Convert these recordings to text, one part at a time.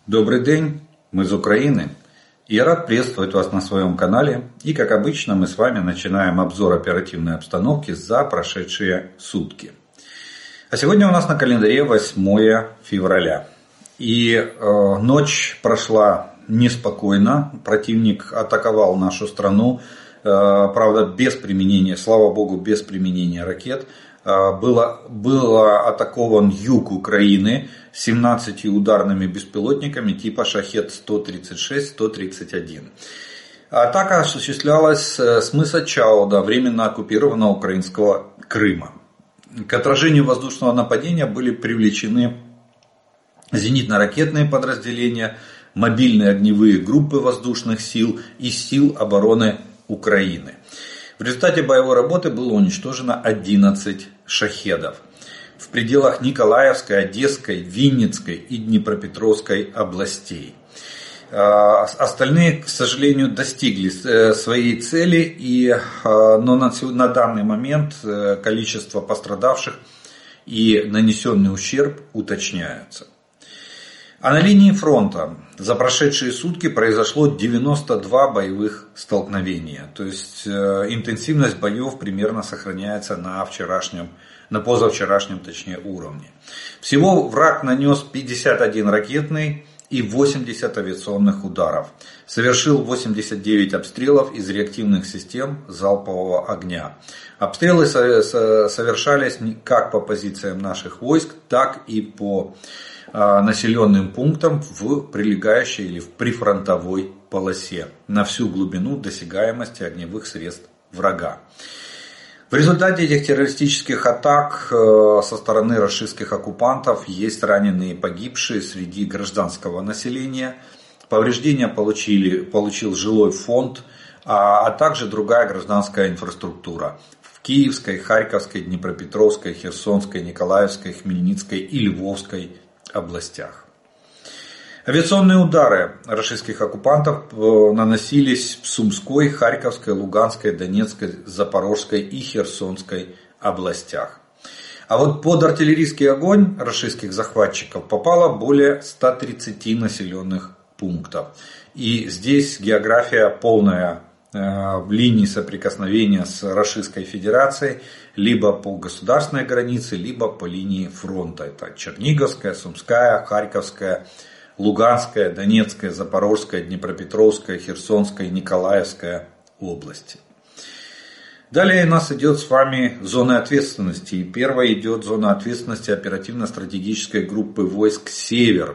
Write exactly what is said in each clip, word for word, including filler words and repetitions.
Добрый день, мы из Украины. И я рад приветствовать вас на своем канале. И как обычно мы с вами начинаем обзор оперативной обстановки за прошедшие сутки. А сегодня у нас на календаре восьмое февраля. И э, ночь прошла неспокойно. Противник атаковал нашу страну. Э, правда без применения, слава богу, без применения ракет. Было, было атакован юг Украины семнадцатью ударными беспилотниками типа Шахед сто тридцать шесть сто тридцать один. Атака осуществлялась с мыса Чауда, временно оккупированного украинского Крыма. К отражению воздушного нападения были привлечены зенитно-ракетные подразделения, мобильные огневые группы воздушных сил и сил обороны Украины. В результате боевой работы было уничтожено одиннадцать шахедов в пределах Николаевской, Одесской, Винницкой и Днепропетровской областей. Остальные, к сожалению, достигли своей цели, и, но на, на данный момент количество пострадавших и нанесенный ущерб уточняются. А на линии фронта за прошедшие сутки произошло девяносто два боевых столкновения. То есть интенсивность боев примерно сохраняется на вчерашнем, на позавчерашнем точнее уровне. Всего враг нанес пятьдесят один ракетный и восемьдесят авиационных ударов. Совершил восемьдесят девять обстрелов из реактивных систем залпового огня. Обстрелы совершались как по позициям наших войск, так и по населенным пунктам в прилегающей или в прифронтовой полосе на всю глубину досягаемости огневых средств врага. В результате этих террористических атак со стороны рашистских оккупантов есть раненые и погибшие среди гражданского населения. Повреждения получили, получил жилой фонд, а, а также другая гражданская инфраструктура в Киевской, Харьковской, Днепропетровской, Херсонской, Николаевской, Хмельницкой и Львовской областях. Авиационные удары рашистских оккупантов наносились в Сумской, Харьковской, Луганской, Донецкой, Запорожской и Херсонской областях. А вот под артиллерийский огонь рашистских захватчиков попало более ста тридцати населенных пунктов. И здесь география полная в линии соприкосновения с Российской Федерацией либо по государственной границе, либо по линии фронта. Это Черниговская, Сумская, Харьковская, Луганская, Донецкая, Запорожская, Днепропетровская, Херсонская, Николаевская области. Далее у нас идет с вами зона ответственности. И первая идет зона ответственности оперативно-стратегической группы войск «Север»,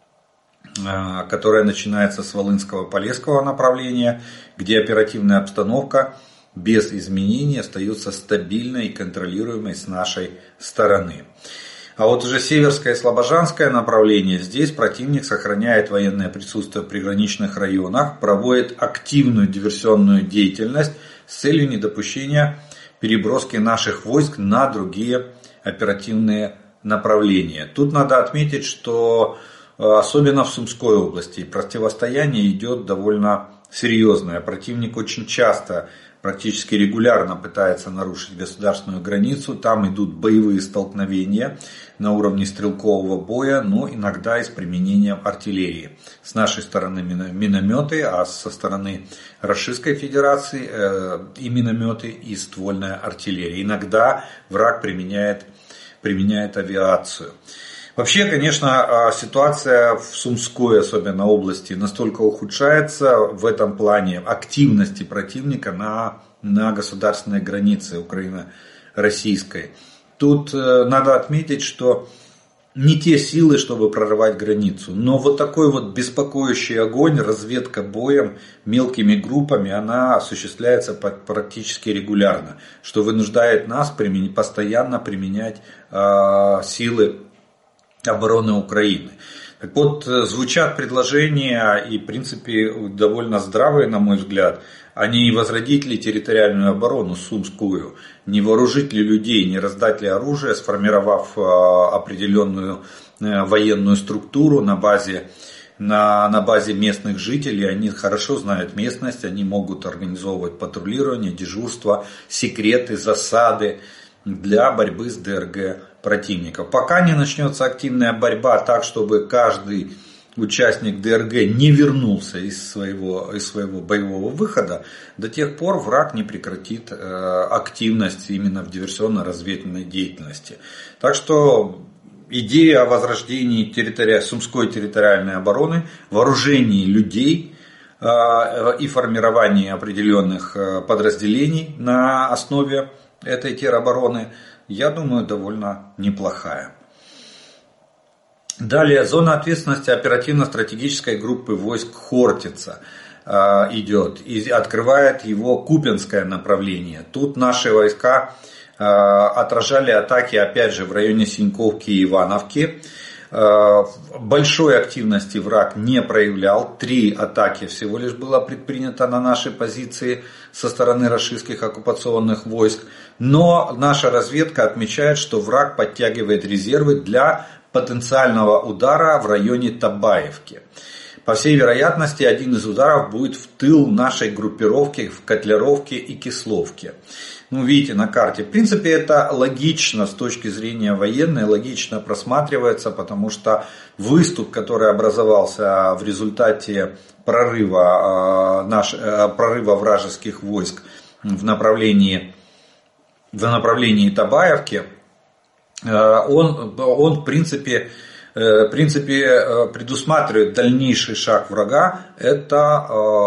которая начинается с Волынского-Полесского направления, где оперативная обстановка без изменений остается стабильной и контролируемой с нашей стороны. А вот уже Северское и Слобожанское направление, здесь противник сохраняет военное присутствие в приграничных районах, проводит активную диверсионную деятельность с целью недопущения переброски наших войск на другие оперативные направления. Тут надо отметить, что особенно в Сумской области противостояние идет довольно серьезное. Противник очень часто, практически регулярно пытается нарушить государственную границу. Там идут боевые столкновения на уровне стрелкового боя, но иногда и с применением артиллерии. С нашей стороны минометы, а со стороны Российской Федерации и минометы, и ствольная артиллерия. Иногда враг применяет, применяет авиацию. Вообще, конечно, ситуация в Сумской, особенно области, настолько ухудшается в этом плане активности противника на, на государственной границе украино-российской. Тут надо отметить, что не те силы, чтобы прорывать границу, но вот такой вот беспокоящий огонь, разведка боем мелкими группами, она осуществляется практически регулярно, что вынуждает нас постоянно применять э, силы обороны Украины. Так вот, звучат предложения и, в принципе, довольно здравые, на мой взгляд. А не возродить ли территориальную оборону Сумскую, не вооружить ли людей, не раздать ли оружие, сформировав определенную военную структуру на базе, на, на базе местных жителей. Они хорошо знают местность, они могут организовывать патрулирование, дежурство, секреты, засады для борьбы с ДРГ противников. Пока не начнется активная борьба так, чтобы каждый участник ДРГ не вернулся из своего, из своего боевого выхода, до тех пор враг не прекратит активность именно в диверсионно-разведывательной деятельности. Так что идея о возрождении территори... Сумской территориальной обороны, вооружении людей и формировании определенных подразделений на основе этой теробороны, я думаю, довольно неплохая. Далее, зона ответственности оперативно-стратегической группы войск Хортица э, идет и открывает его Купенское направление. Тут наши войска э, отражали атаки, опять же, в районе Синьковки и Ивановки. Э, большой активности враг не проявлял. Три атаки всего лишь было предпринято на наши позиции со стороны рашистских оккупационных войск. Но наша разведка отмечает, что враг подтягивает резервы для потенциального удара в районе Табаевки. По всей вероятности, один из ударов будет в тыл нашей группировки в Котляровке и Кисловке. Ну, видите на карте. В принципе, это логично с точки зрения военной, логично просматривается, потому что выступ, который образовался в результате прорыва, наш, прорыва вражеских войск в направлении, в направлении Табаевки, Он, он в принципе, в принципе предусматривает дальнейший шаг врага. Это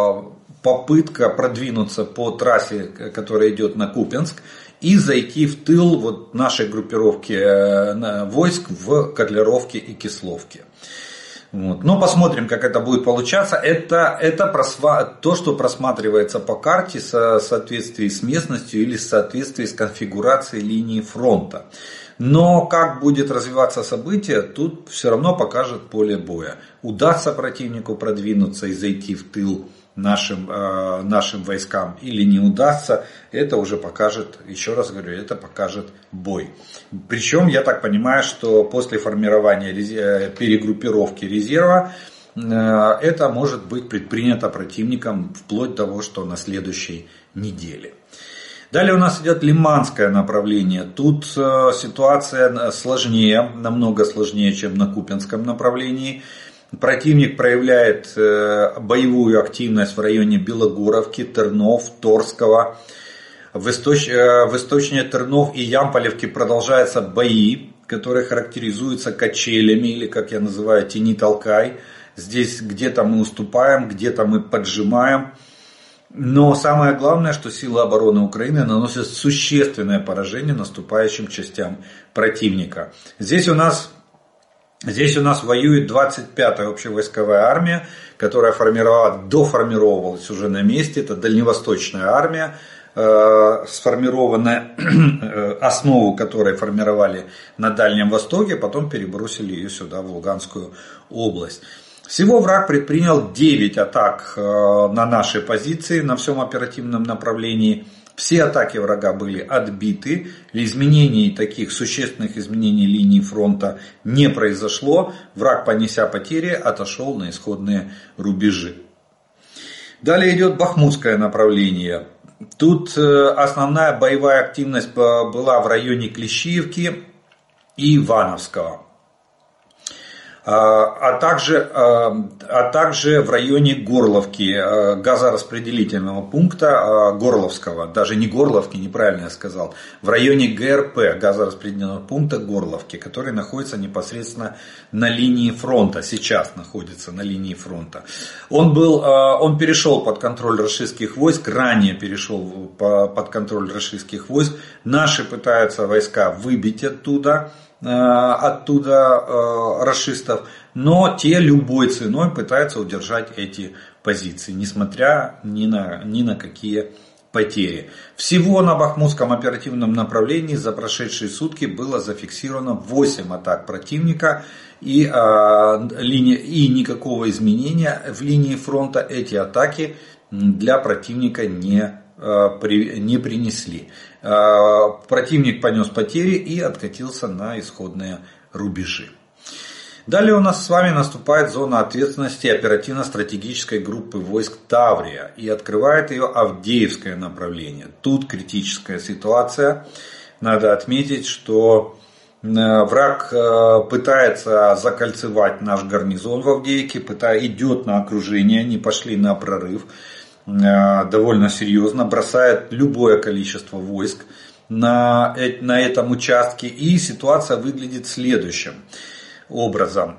попытка продвинуться по трассе, которая идет на Купенск, и зайти в тыл вот нашей группировки войск в Котляровке и Кисловке. Вот. Но посмотрим, как это будет получаться. Это, это просва... то, что просматривается по карте в соответствии с местностью или в соответствии с конфигурацией линии фронта. Но как будет развиваться событие, тут все равно покажет поле боя. Удастся противнику продвинуться и зайти в тыл нашим, э, нашим войскам или не удастся, это уже покажет, еще раз говорю, это покажет бой. Причем я так понимаю, что после формирования резерв... перегруппировки резерва э, это может быть предпринято противником вплоть до того, что на следующей неделе. Далее у нас идет Лиманское направление. Тут ситуация сложнее, намного сложнее, чем на Купенском направлении. Противник проявляет боевую активность в районе Белогоровки, Тернов, Торского. В, источ... в источнике Тернов и Ямполевки продолжаются бои, которые характеризуются качелями, или, как я называю, тяни-толкай. Здесь где-то мы уступаем, где-то мы поджимаем. Но самое главное, что силы обороны Украины наносят существенное поражение наступающим частям противника. Здесь у нас, здесь у нас воюет двадцать пятая общевойсковая армия, которая формировала, доформировалась уже на месте. Это дальневосточная армия, э, сформированная, основу которой формировали на Дальнем Востоке, потом перебросили ее сюда, в Луганскую область. Всего враг предпринял девять атак на наши позиции на всем оперативном направлении. Все атаки врага были отбиты. Изменений, таких существенных изменений линии фронта не произошло. Враг, понеся потери, отошел на исходные рубежи. Далее идет Бахмутское направление. Тут основная боевая активность была в районе Клещиевки и Ивановского. А также, а также в районе Горловки, газораспределительного пункта Горловского, даже не Горловки, неправильно я сказал, в районе ГРП, газораспределительного пункта Горловки, который находится непосредственно на линии фронта, сейчас находится на линии фронта. Он, был, он перешел под контроль рашистских войск, ранее перешел под контроль рашистских войск, наши пытаются войска выбить оттуда, оттуда э, рашистов, но те любой ценой пытаются удержать эти позиции, несмотря ни на, ни на какие потери. Всего на Бахмутском оперативном направлении за прошедшие сутки было зафиксировано восемь атак противника, и, э, линия, и никакого изменения в линии фронта эти атаки для противника не не принесли. Противник понес потери и откатился на исходные рубежи. Далее у нас с вами наступает зона ответственности оперативно-стратегической группы войск Таврия и открывает ее Авдеевское направление. Тут критическая ситуация. Надо отметить, что Враг пытается закольцевать наш гарнизон в Авдеевке, идет на окружение, они пошли на прорыв довольно серьезно, бросает любое количество войск на, на этом участке. И ситуация выглядит следующим образом.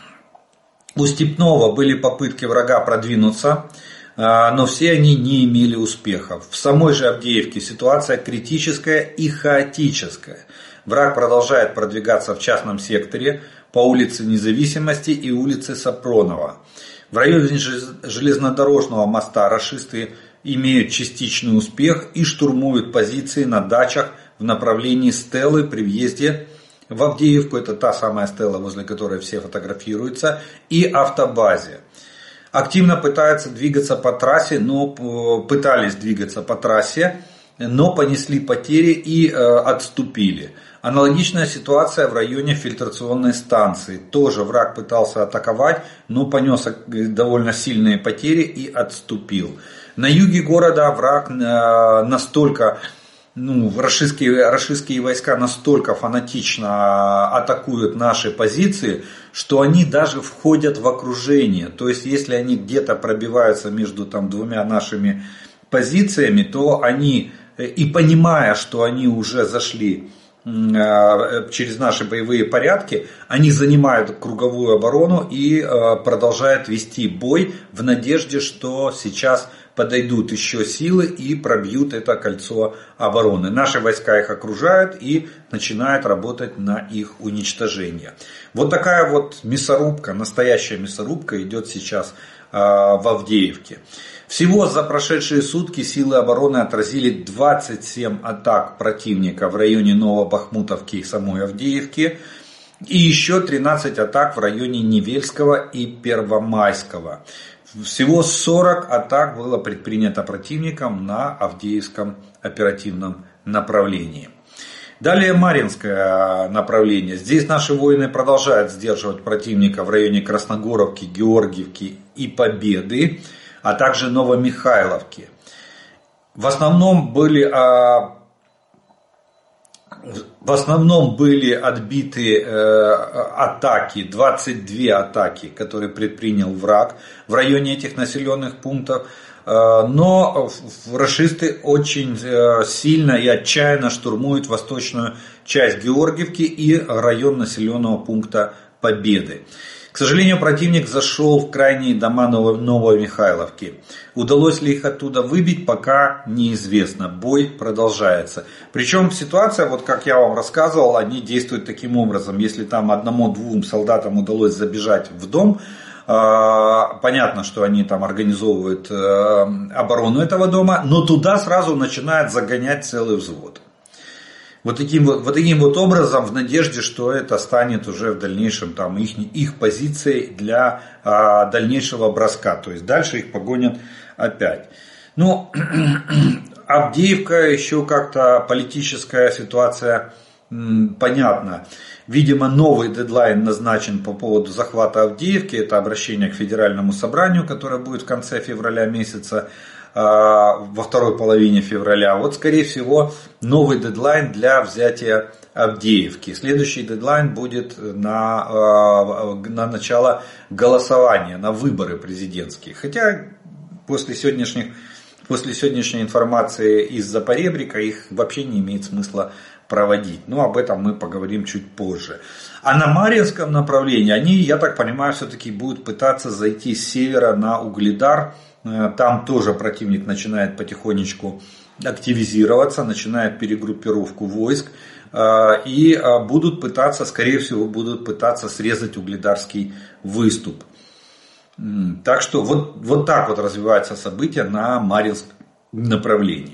У Степного были попытки врага продвинуться, но все они не имели успехов. В самой же Авдеевке ситуация критическая и хаотическая. Враг продолжает продвигаться в частном секторе по улице Независимости и улице Сапронова. В районе железнодорожного моста рашисты имеют частичный успех и штурмуют позиции на дачах в направлении Стеллы при въезде в Авдеевку. Это та самая Стелла, возле которой все фотографируются, и автобазе. Активно пытаются двигаться по трассе, но пытались двигаться по трассе, но понесли потери и э, отступили. Аналогичная ситуация в районе фильтрационной станции. Тоже враг пытался атаковать, но понес довольно сильные потери и отступил. На юге города враг э, настолько, ну, рашистские, рашистские войска настолько фанатично атакуют наши позиции, что они даже входят в окружение. То есть, если они где-то пробиваются между там, двумя нашими позициями, то они, и понимая, что они уже зашли через наши боевые порядки, они занимают круговую оборону и продолжают вести бой в надежде, что сейчас подойдут еще силы и пробьют это кольцо обороны. Наши войска их окружают и начинают работать на их уничтожение. Вот такая вот мясорубка, настоящая мясорубка идет сейчас в Авдеевке. Всего за прошедшие сутки силы обороны отразили двадцать семь атак противника в районе Новобахмутовки и самой Авдеевки. И еще тринадцать атак в районе Невельского и Первомайского. Всего сорок атак было предпринято противником на Авдеевском оперативном направлении. Далее Марьинское направление. Здесь наши воины продолжают сдерживать противника в районе Красногоровки, Георгиевки и Победы, а также Новомихайловки. В основном были, а, в основном были отбиты э, атаки, двадцать две атаки, которые предпринял враг в районе этих населенных пунктов. Э, но рашисты очень э, сильно и отчаянно штурмуют восточную часть Георгиевки и район населенного пункта Победы. К сожалению, противник зашел в крайние дома Новомихайловки. Удалось ли их оттуда выбить, пока неизвестно. Бой продолжается. Причем ситуация, вот как я вам рассказывал, они действуют таким образом. Если там одному-двум солдатам удалось забежать в дом, понятно, что они там организовывают оборону этого дома, но туда сразу начинают загонять целый взвод. Вот таким вот, вот таким вот образом, в надежде, что это станет уже в дальнейшем там, их, их позицией для а, дальнейшего броска. То есть дальше их погонят опять. Ну, Авдеевка, еще как-то политическая ситуация м, понятна. Видимо, новый дедлайн назначен по поводу захвата Авдеевки. Это обращение к Федеральному собранию, которое будет в конце февраля месяца. Во второй половине февраля. Вот, скорее всего, новый дедлайн для взятия Авдеевки. Следующий дедлайн будет на, на начало голосования, на выборы президентские. Хотя после сегодняшних, после сегодняшней информации из-за поребрика их вообще не имеет смысла проводить. Но об этом мы поговорим чуть позже. А на Марьинском направлении они, я так понимаю, все-таки будут пытаться зайти с севера на Угледар. Там тоже противник начинает потихонечку активизироваться, начинает перегруппировку войск. И будут пытаться, скорее всего, будут пытаться срезать Угледарский выступ. Так что вот, вот так вот развиваются события на Марьинском направлении.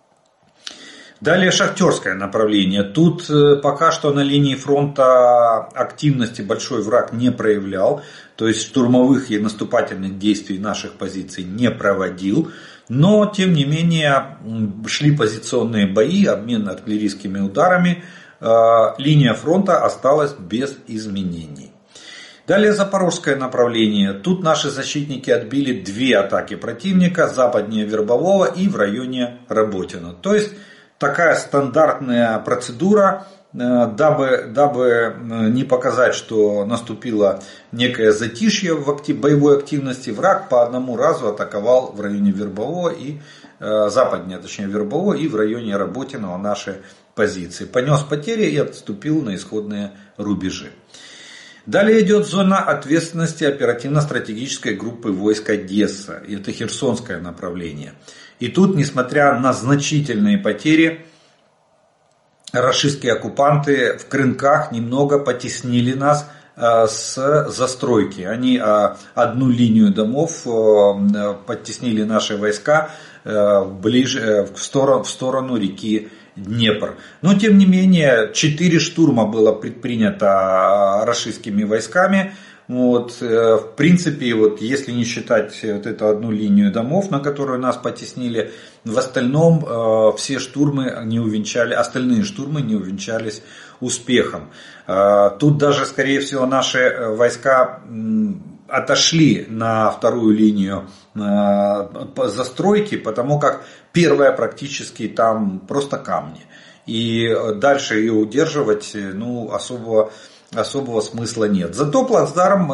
Далее Шахтерское направление. Тут пока что на линии фронта активности большой враг не проявлял. То есть штурмовых и наступательных действий наших позиций не проводил. Но тем не менее шли позиционные бои, обмен артиллерийскими ударами. Линия фронта осталась без изменений. Далее Запорожское направление. Тут наши защитники отбили две атаки противника, западнее Вербового и в районе Работино. То есть такая стандартная процедура, дабы, дабы не показать, что наступило некое затишье в актив, боевой активности, враг по одному разу атаковал в районе Вербового и западнее, точнее Вербового и в районе Работиного наши позиции. Понес потери и отступил на исходные рубежи. Далее идет зона ответственности оперативно-стратегической группы войск Одесса. Это Херсонское направление. И тут, несмотря на значительные потери, рашистские оккупанты в Крынках немного потеснили нас с застройки. Они одну линию домов подтеснили наши войска ближе в сторону, в сторону реки Днепр. Но тем не менее, четыре штурма было предпринято рашистскими войсками. Вот, в принципе, вот, если не считать вот эту одну линию домов, на которую нас потеснили, в остальном э, все штурмы не увенчали, остальные штурмы не увенчались успехом. Э, тут даже, скорее всего, наши войска м, отошли на вторую линию э, застройки, потому как первая практически там просто камни. И дальше ее удерживать, ну, особого... особого смысла нет. Зато плацдарм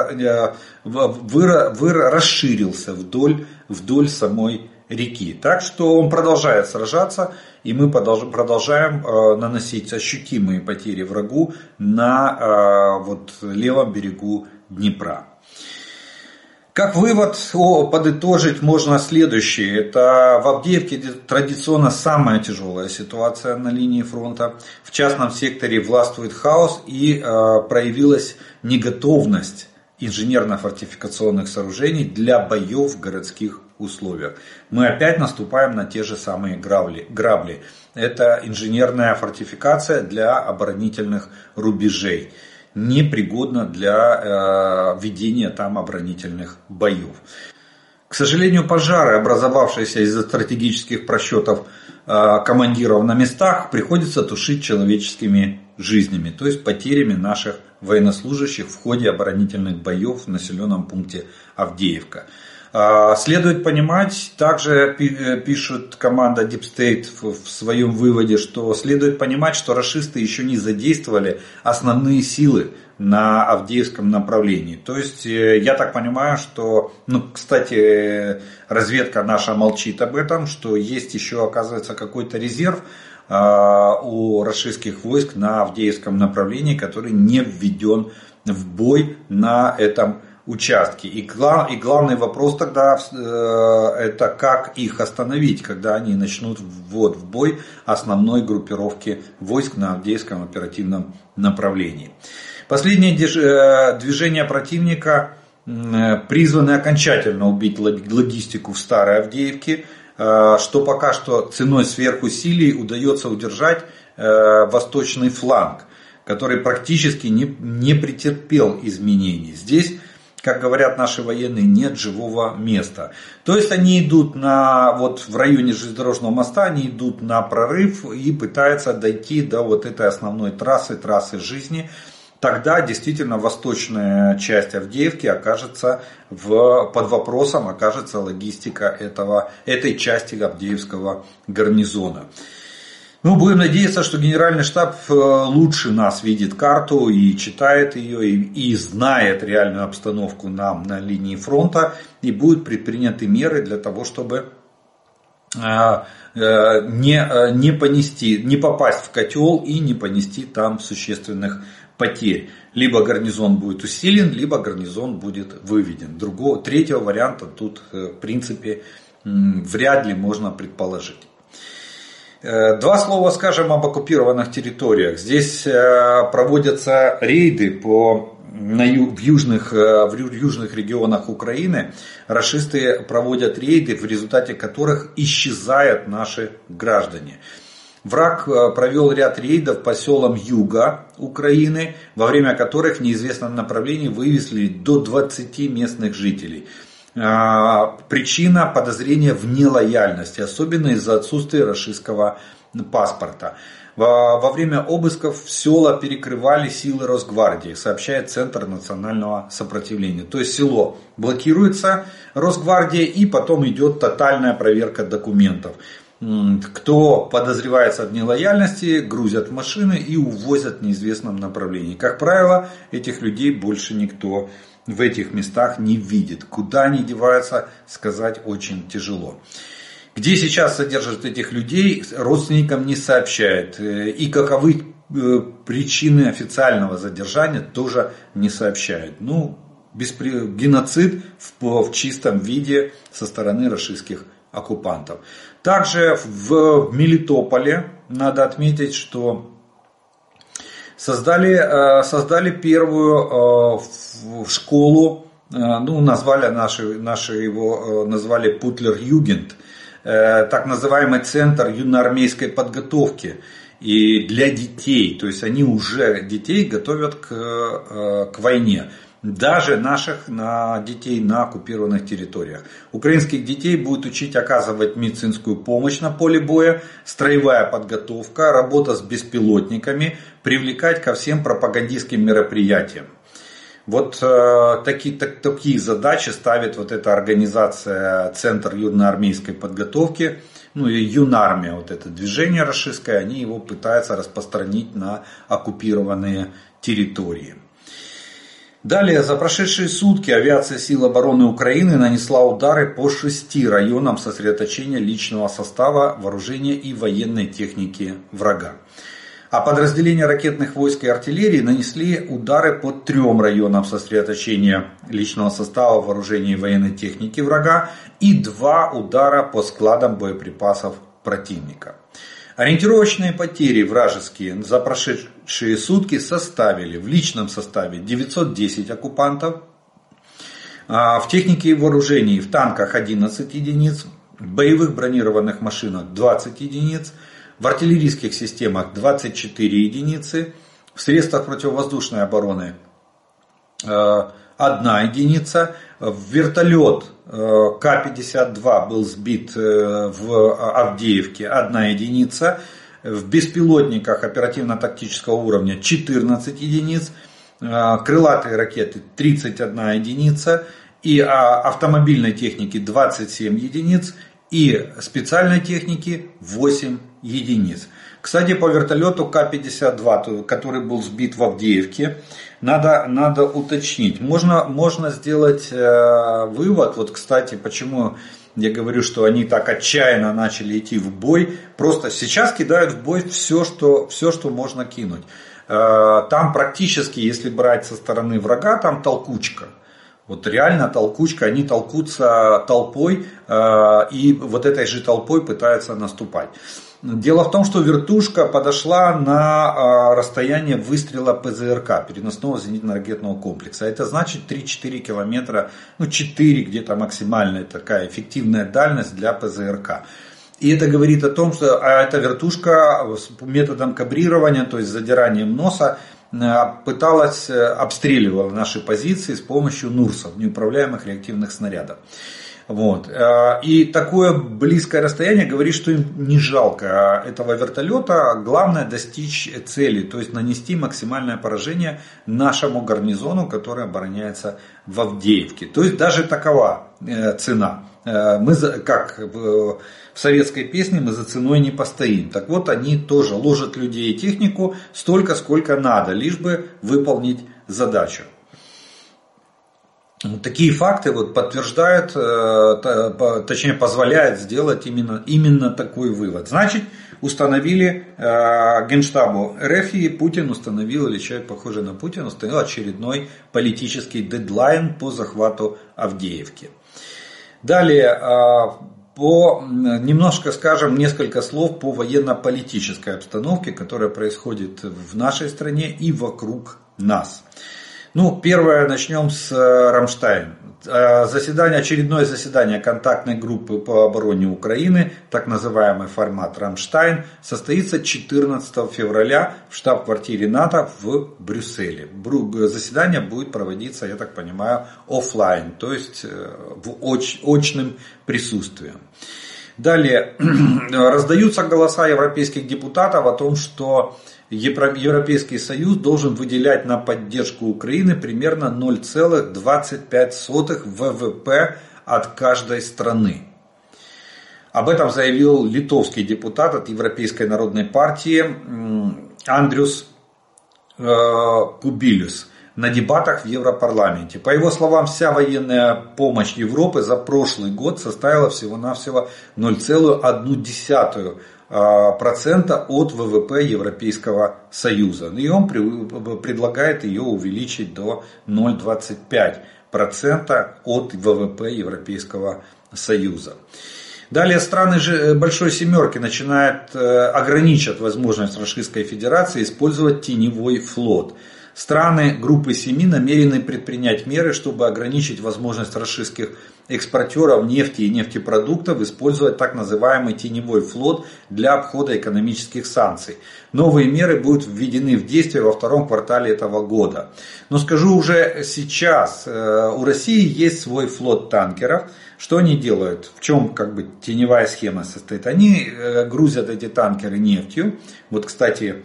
расширился вдоль, вдоль самой реки. Так что он продолжает сражаться, и мы продолжаем наносить ощутимые потери врагу на вот, левом берегу Днепра. Как вывод, подытожить можно следующее. Это в Авдеевке традиционно самая тяжелая ситуация на линии фронта. В частном секторе властвует хаос и э, проявилась неготовность инженерно-фортификационных сооружений для боев в городских условиях. Мы опять наступаем на те же самые грабли. грабли. Это инженерная фортификация для оборонительных рубежей. Непригодна для э, ведения там оборонительных боев. К сожалению, пожары, образовавшиеся из-за стратегических просчетов э, командиров на местах, приходится тушить человеческими жизнями, то есть потерями наших военнослужащих в ходе оборонительных боев в населенном пункте Авдеевка. Следует понимать, также пишет команда Deep State в своем выводе, что следует понимать, что рашисты еще не задействовали основные силы на Авдеевском направлении. То есть, я так понимаю, что, ну, кстати, разведка наша молчит об этом, что есть еще, оказывается, какой-то резерв у рашистских войск на Авдеевском направлении, который не введен в бой на этом участки. И, глав, и главный вопрос тогда э, это как их остановить, когда они начнут ввод в бой основной группировки войск на Авдеевском оперативном направлении. Последнее движение противника э, призваны окончательно убить логистику в Старой Авдеевке, э, что пока что ценой сверхусилий удается удержать э, восточный фланг, который практически не, не претерпел изменений. Здесь, как говорят наши военные, нет живого места. То есть они идут на, вот в районе железнодорожного моста, они идут на прорыв и пытаются дойти до вот этой основной трассы, трассы жизни. Тогда действительно восточная часть Авдеевки окажется в, под вопросом, окажется логистика этого, этой части Авдеевского гарнизона. Ну, будем надеяться, что Генеральный штаб лучше нас видит карту и читает ее, и, и знает реальную обстановку нам на линии фронта, и будут предприняты меры для того, чтобы э, э, не, не понести, не попасть в котел и не понести там существенных потерь. Либо гарнизон будет усилен, либо гарнизон будет выведен. Другого, третьего варианта тут, в принципе, вряд ли можно предположить. Два слова скажем об оккупированных территориях. Здесь проводятся рейды по, на, в, южных, в южных регионах Украины. Рашисты проводят рейды, в результате которых исчезают наши граждане. Враг провел ряд рейдов по селам юга Украины, во время которых в неизвестном направлении вывезли до двадцати местных жителей. Причина подозрения в нелояльности, особенно из-за отсутствия рашистского паспорта. Во время обысков села перекрывали силы Росгвардии, сообщает Центр национального сопротивления. То есть село блокируется Росгвардией, и потом идет тотальная проверка документов. кто подозревается в нелояльности, грузят в машины и увозят в неизвестном направлении. Как правило, этих людей больше никто в этих местах не видит. Куда они деваются, сказать очень тяжело. Где сейчас содержат этих людей, родственникам не сообщают. И каковы причины официального задержания, тоже не сообщают. Ну, беспри... геноцид в, в чистом виде со стороны рашистских оккупантов. Также в Мелитополе надо отметить, что создали, создали первую школу, ну, назвали наши, наши его назвали Путлер-Югенд, так называемый центр юноармейской подготовки и для детей. То есть они уже детей готовят к, к войне. Даже наших на детей на оккупированных территориях. Украинских детей будут учить оказывать медицинскую помощь на поле боя, строевая подготовка, работа с беспилотниками, привлекать ко всем пропагандистским мероприятиям. Вот э, такие, так, такие задачи ставит вот эта организация Центр юноармейской подготовки, ну и Юнармия, вот это движение рашистское, они его пытаются распространить на оккупированные территории. Далее, за прошедшие сутки авиация сил обороны Украины нанесла удары по шести районам сосредоточения личного состава, вооружения и военной техники врага. А подразделения ракетных войск и артиллерии нанесли удары по трем районам сосредоточения личного состава, вооружения и военной техники врага и два удара по складам боеприпасов противника. Ориентировочные потери вражеские за прошедшие сутки составили в личном составе девятьсот десять оккупантов, в технике и вооружении в танках одиннадцать единиц, в боевых бронированных машинах двадцать единиц, в артиллерийских системах двадцать четыре единицы, в средствах противовоздушной обороны одна единица, вертолет Ка пятьдесят два был сбит в Авдеевке, одна единица, в беспилотниках оперативно-тактического уровня четырнадцать единиц, крылатые ракеты тридцать одна единица, и автомобильной техники двадцать семь единиц, и специальной техники восемь единиц. Кстати, по вертолету Ка пятьдесят два, который был сбит в Авдеевке, надо, надо уточнить. Можно, можно сделать э, вывод, вот, кстати, почему я говорю, что они так отчаянно начали идти в бой. Просто сейчас кидают в бой все, что, все, что можно кинуть. Э, там практически, если брать со стороны врага, там толкучка. Вот реально толкучка, они толкутся толпой э, и вот этой же толпой пытаются наступать. Дело в том, что вертушка подошла на расстояние выстрела ПЗРК, переносного зенитно-ракетного комплекса. Это значит три-четыре километра, ну четыре где-то максимальная такая эффективная дальность для ПЗРК. И это говорит о том, что эта вертушка с методом кабрирования, то есть задиранием носа, пыталась, обстреливала наши позиции с помощью НУРСов, неуправляемых реактивных снарядов. Вот. И такое близкое расстояние говорит, что им не жалко этого вертолета. Главное достичь цели, то есть нанести максимальное поражение нашему гарнизону, который обороняется в Авдеевке. То есть даже такова цена. Мы, как в советской песне, мы за ценой не постоим. Так вот, они тоже ложат людей и технику столько, сколько надо, лишь бы выполнить задачу. Такие факты вот подтверждают, точнее позволяют сделать именно, именно такой вывод. Значит, установили Генштабу РФ, и Путин установил, или человек похожий на Путина, установил очередной политический дедлайн по захвату Авдеевки. Далее, по, немножко скажем несколько слов по военно-политической обстановке, которая происходит в нашей стране и вокруг нас. Ну, первое, начнем с Рамштайн. Заседание, очередное заседание контактной группы по обороне Украины, так называемый формат Рамштайн, состоится четырнадцатого февраля в штаб-квартире НАТО в Брюсселе. Заседание будет проводиться, я так понимаю, офлайн, то есть в оч, очным присутствием. Далее, раздаются голоса европейских депутатов о том, что Европейский Союз должен выделять на поддержку Украины примерно ноль целых двадцать пять сотых вэ вэ пэ от каждой страны. Об этом заявил литовский депутат от Европейской народной партии Андрюс Кубилюс на дебатах в Европарламенте. По его словам, вся военная помощь Европы за прошлый год составила всего-навсего ноль целых одну десятую процента от ВВП Европейского Союза. И он предлагает ее увеличить до ноль целых двадцать пять сотых процента от ВВП Европейского Союза. Далее страны Большой Семерки начинают ограничивать возможность Российской Федерации использовать теневой флот. Страны группы семи намерены предпринять меры, чтобы ограничить возможность российских экспортеров нефти и нефтепродуктов использовать так называемый теневой флот для обхода экономических санкций. Новые меры будут введены в действие во втором квартале этого года. Но скажу уже сейчас, у России есть свой флот танкеров. Что они делают? В чем как бы теневая схема состоит? Они грузят эти танкеры нефтью. Вот, кстати,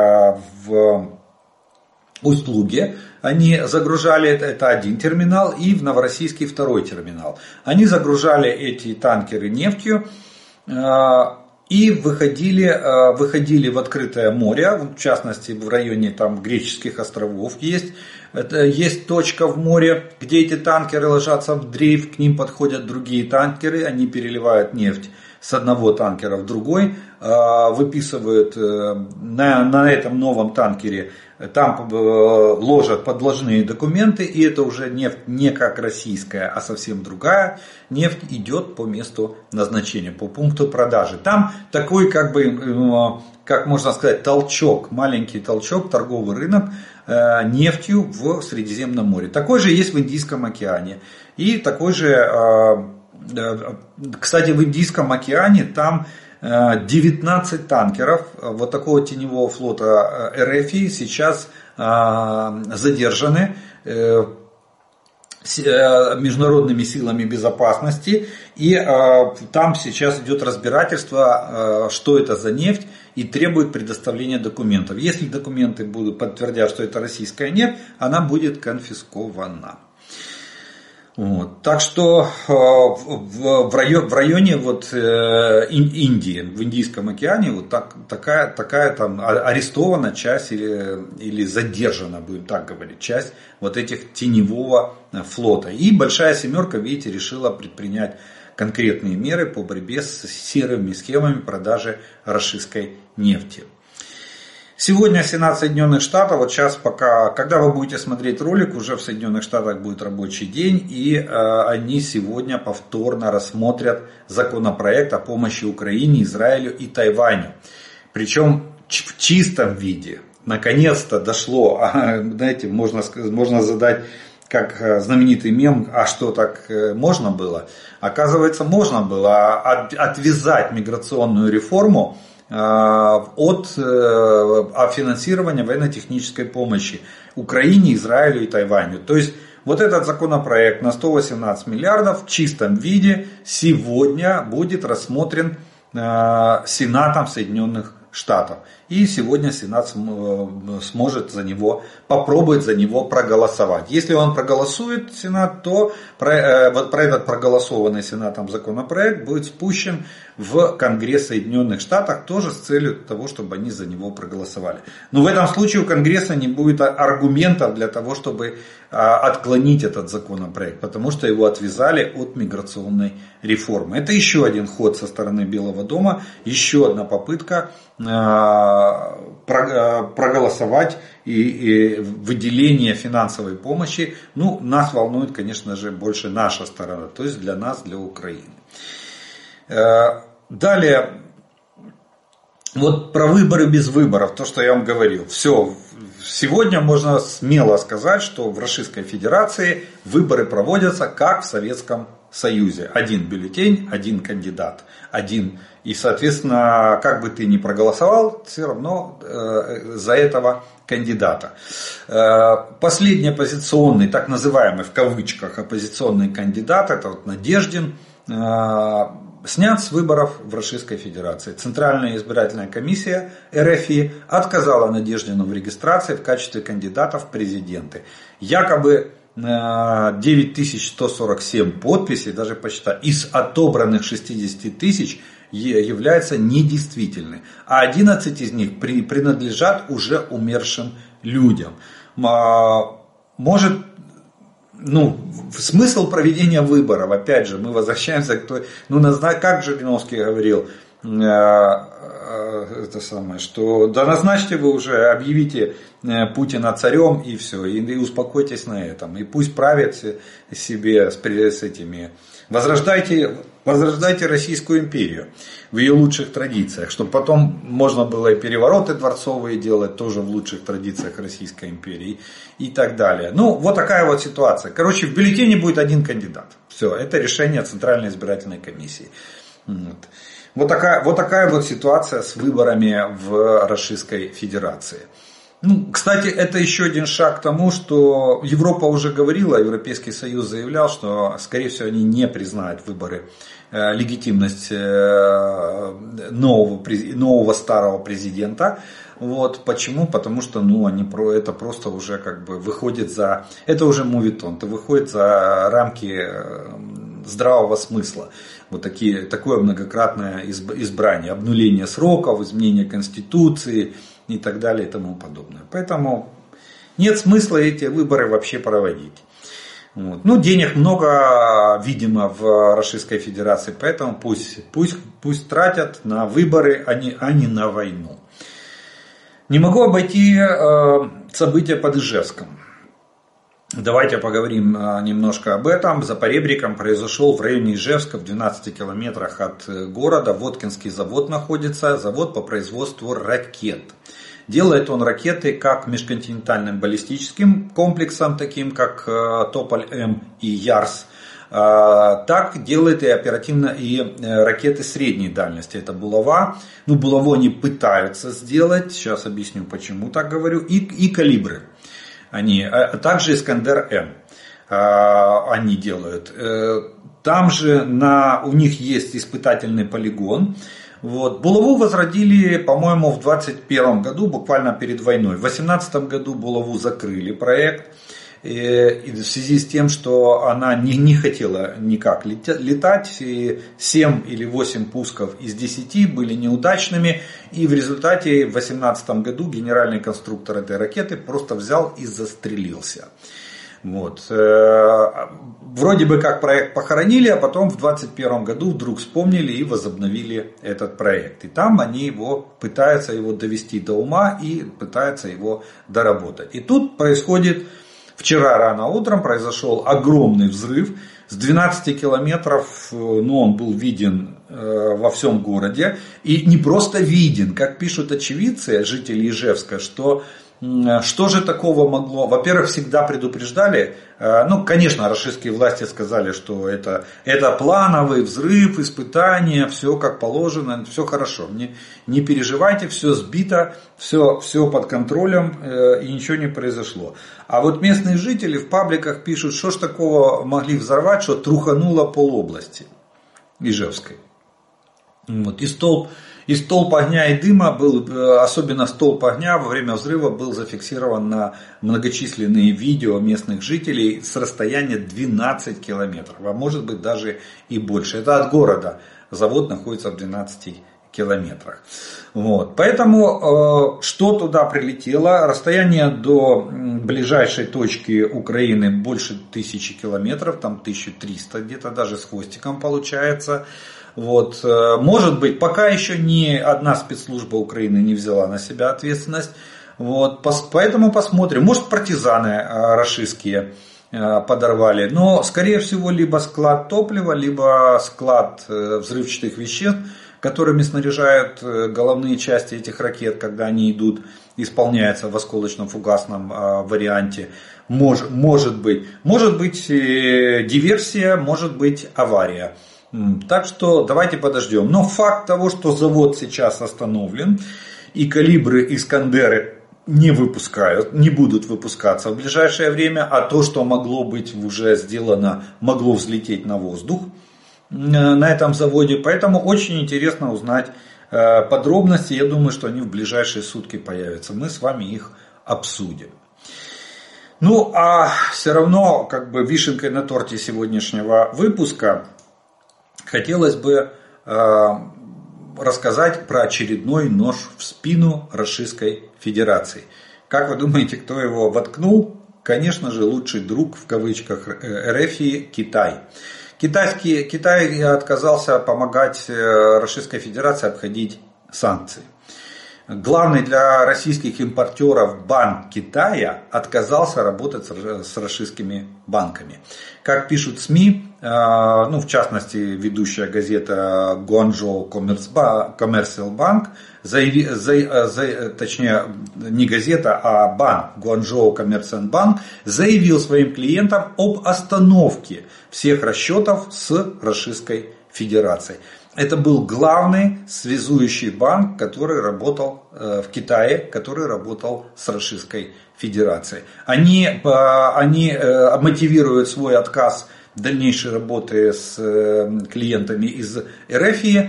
в Усть-Луге они загружали, это один терминал, и в Новороссийске второй терминал. Они загружали эти танкеры нефтью и выходили, выходили в открытое море, в частности в районе там, греческих островов есть. Это есть точка в море, где эти танкеры ложатся в дрейф, к ним подходят другие танкеры, они переливают нефть с одного танкера в другой, выписывают на, на этом новом танкере, там ложат подложные документы, и это уже нефть не как российская, а совсем другая нефть идет по месту назначения, по пункту продажи. Там такой, как бы, как можно сказать, толчок, маленький толчок, торговый рынок нефтью в Средиземном море. Такой же есть в Индийском океане. И такой же, кстати, в Индийском океане там девятнадцать танкеров вот такого теневого флота эр эф и сейчас задержаны международными силами безопасности. И там сейчас идет разбирательство, что это за нефть, и требует предоставления документов. Если документы будут подтвердят, что это российская нефть, она будет конфискована. Вот. Так что в районе, в районе вот Индии, в Индийском океане, вот так, такая, такая там арестована часть или, или задержана, будем так говорить, часть вот этих теневого флота. И Большая Семерка, видите, решила предпринять конкретные меры по борьбе с серыми схемами продажи российской нефти. Сегодня Сенат Соединенных Штатов, вот сейчас пока, когда вы будете смотреть ролик, уже в Соединенных Штатах будет рабочий день, и э, они сегодня повторно рассмотрят законопроект о помощи Украине, Израилю и Тайваню. Причем в чистом виде. Наконец-то дошло, знаете, можно, можно задать как знаменитый мем, а что так можно было? Оказывается, можно было отвязать миграционную реформу от финансирования военно-технической помощи Украине, Израилю и Тайваню. То есть вот этот законопроект на сто восемнадцать миллиардов в чистом виде сегодня будет рассмотрен Сенатом Соединенных Штатов. И сегодня Сенат сможет за него, попробует за него проголосовать. Если он проголосует, Сенат, то про, вот про этот проголосованный Сенатом законопроект будет спущен в Конгресс Соединенных Штатов тоже с целью того, чтобы они за него проголосовали. Но в этом случае у Конгресса не будет аргументов для того, чтобы отклонить этот законопроект, потому что его отвязали от миграционной реформы. Это еще один ход со стороны Белого дома, еще одна попытка проголосовать и, и выделение финансовой помощи. Ну, нас волнует, конечно же, больше наша сторона, то есть для нас, для Украины. Далее, вот про выборы без выборов, то, что я вам говорил. Все, сегодня можно смело сказать, что в Российской Федерации выборы проводятся как в Советском Союзе. Один бюллетень, один кандидат, один. И, соответственно, как бы ты ни проголосовал, все равно э, за этого кандидата. Э, последний оппозиционный, так называемый в кавычках оппозиционный кандидат, это вот Надеждин, э, снят с выборов в Российской Федерации. Центральная избирательная комиссия эр эф и отказала Надеждину в регистрации в качестве кандидата в президенты. Якобы девять тысяч сто сорок семь подписей, даже посчитать, из отобранных шестидесяти тысяч являются недействительны, а одиннадцать из них при, принадлежат уже умершим людям. Может, ну, смысл проведения выборов, опять же, мы возвращаемся к той, ну, как Жириновский говорил, это самое, что да назначьте вы уже, объявите Путина царем и все, и, и успокойтесь на этом, и пусть правят себе с, с этими, возрождайте, возрождайте Российскую империю в ее лучших традициях, чтобы потом можно было и перевороты дворцовые делать тоже в лучших традициях Российской империи и так далее. Ну, вот такая вот ситуация. Короче, в бюллетене будет один кандидат. Все, это решение Центральной избирательной комиссии. Вот. Вот такая, вот такая вот ситуация с выборами в Российской Федерации. Ну, кстати, это еще один шаг к тому, что Европа уже говорила, Европейский Союз заявлял, что, скорее всего, они не признают выборы, э, легитимность э, нового, нового старого президента. Вот, почему? Потому что ну, они про, это просто уже как бы выходит за, это уже мувитон, это выходит за рамки здравого смысла. Вот такие, такое многократное избрание, обнуление сроков, изменение Конституции и так далее и тому подобное. Поэтому нет смысла эти выборы вообще проводить. Вот. Ну, денег много, видимо, в Российской Федерации, поэтому пусть, пусть, пусть тратят на выборы, а не, а не на войну. Не могу обойти э, события под Ижевском. Давайте поговорим немножко об этом. За поребриком произошел в районе Ижевска, в двенадцати километрах от города. Воткинский завод находится, завод по производству ракет. Делает он ракеты как межконтинентальным баллистическим комплексом, таким как Тополь-М и Ярс, так делает и оперативно и ракеты средней дальности. Это булава. Ну, булаву они пытаются сделать, сейчас объясню почему так говорю, и, и калибры. Они, а также Искандер-М они делают. Там же на, у них есть испытательный полигон. Вот. Булаву возродили, по-моему, в двадцать первом году, буквально перед войной. В две тысячи восемнадцатом году Булаву закрыли проект. И в связи с тем, что она не, не хотела никак летать, и семь или восемь пусков из десяти были неудачными, и в результате в две тысячи восемнадцатом году генеральный конструктор этой ракеты просто взял и застрелился. Вот. Вроде бы как проект похоронили, а потом в двадцать первом году вдруг вспомнили и возобновили этот проект. И там они его пытаются его довести до ума и пытаются его доработать. И тут происходит... Вчера рано утром произошел огромный взрыв. С двенадцати километров, ну, он был виден э, во всем городе. И не просто виден, как пишут очевидцы, жители Ижевска, что э, что же такого могло... Во-первых, всегда предупреждали. Э, ну, конечно, российские власти сказали, что это, это плановый взрыв, испытание, все как положено, все хорошо. Не, не переживайте, все сбито, все, все под контролем э, и ничего не произошло. А вот местные жители в пабликах пишут, что ж такого могли взорвать, что трухануло полобласти Ижевской. Вот. И, столб, и столб огня и дыма был, особенно столб огня во время взрыва был зафиксирован на многочисленные видео местных жителей с расстояния двенадцать километров, а может быть даже и больше. Это от города, завод находится в двенадцати километрах. километрах. Вот. Поэтому, э, что туда прилетело, расстояние до ближайшей точки Украины больше тысячи километров, там тысяча триста где-то даже с хвостиком получается. Вот. Э, может быть, пока еще ни одна спецслужба Украины не взяла на себя ответственность. Вот. Пос, поэтому посмотрим. Может, партизаны э, рашистские э, подорвали. Но, скорее всего, либо склад топлива, либо склад э, взрывчатых веществ, которыми снаряжают головные части этих ракет, когда они идут, исполняются в осколочно-фугасном варианте. Мож, может быть, может быть диверсия, может быть авария. Так что давайте подождем. Но факт того, что завод сейчас остановлен и калибры Искандеры не выпускают, не будут выпускаться в ближайшее время, а то, что могло быть уже сделано, могло взлететь на воздух на этом заводе. Поэтому очень интересно узнать подробности. Я думаю, что они в ближайшие сутки появятся. Мы с вами их обсудим. Ну, а все равно, как бы вишенкой на торте сегодняшнего выпуска хотелось бы э, рассказать про очередной нож в спину Российской Федерации. Как вы думаете, кто его воткнул? Конечно же, лучший друг в кавычках РФ Китай. Китайский, Китай отказался помогать Российской Федерации обходить санкции. Главный для российских импортеров банк Китая отказался работать с российскими банками. Как пишут СМИ, ну, в частности, ведущая газета Guangzhou Commercial Bank, заяви, за, за, точнее, не газета, а банк Guangzhou Commercial Bank заявил своим клиентам об остановке всех расчетов с Российской Федерацией. Это был главный связующий банк, который работал в Китае, который работал с Российской Федерацией. Они, они мотивируют свой отказ дальнейшей работы с клиентами из РФ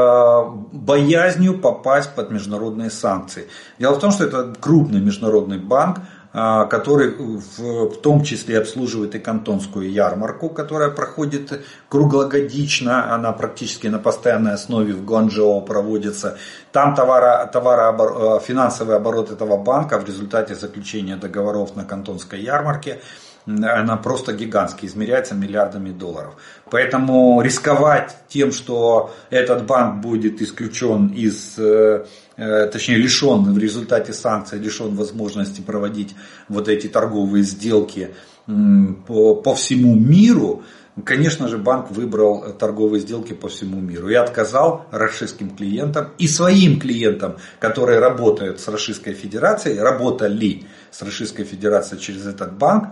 боязнью попасть под международные санкции. Дело в том, что это крупный международный банк, который в, в том числе обслуживает и кантонскую ярмарку, которая проходит круглогодично, она практически на постоянной основе в Гуанчжоу проводится. Там товаро, товаро, финансовый оборот этого банка в результате заключения договоров на кантонской ярмарке, она просто гигантски измеряется миллиардами долларов. Поэтому рисковать тем, что этот банк будет исключен из, точнее лишен в результате санкций, лишен возможности проводить вот эти торговые сделки по, по всему миру, конечно же, банк выбрал торговые сделки по всему миру и отказал российским клиентам и своим клиентам, которые работают с Российской Федерацией, работали с Российской Федерацией через этот банк,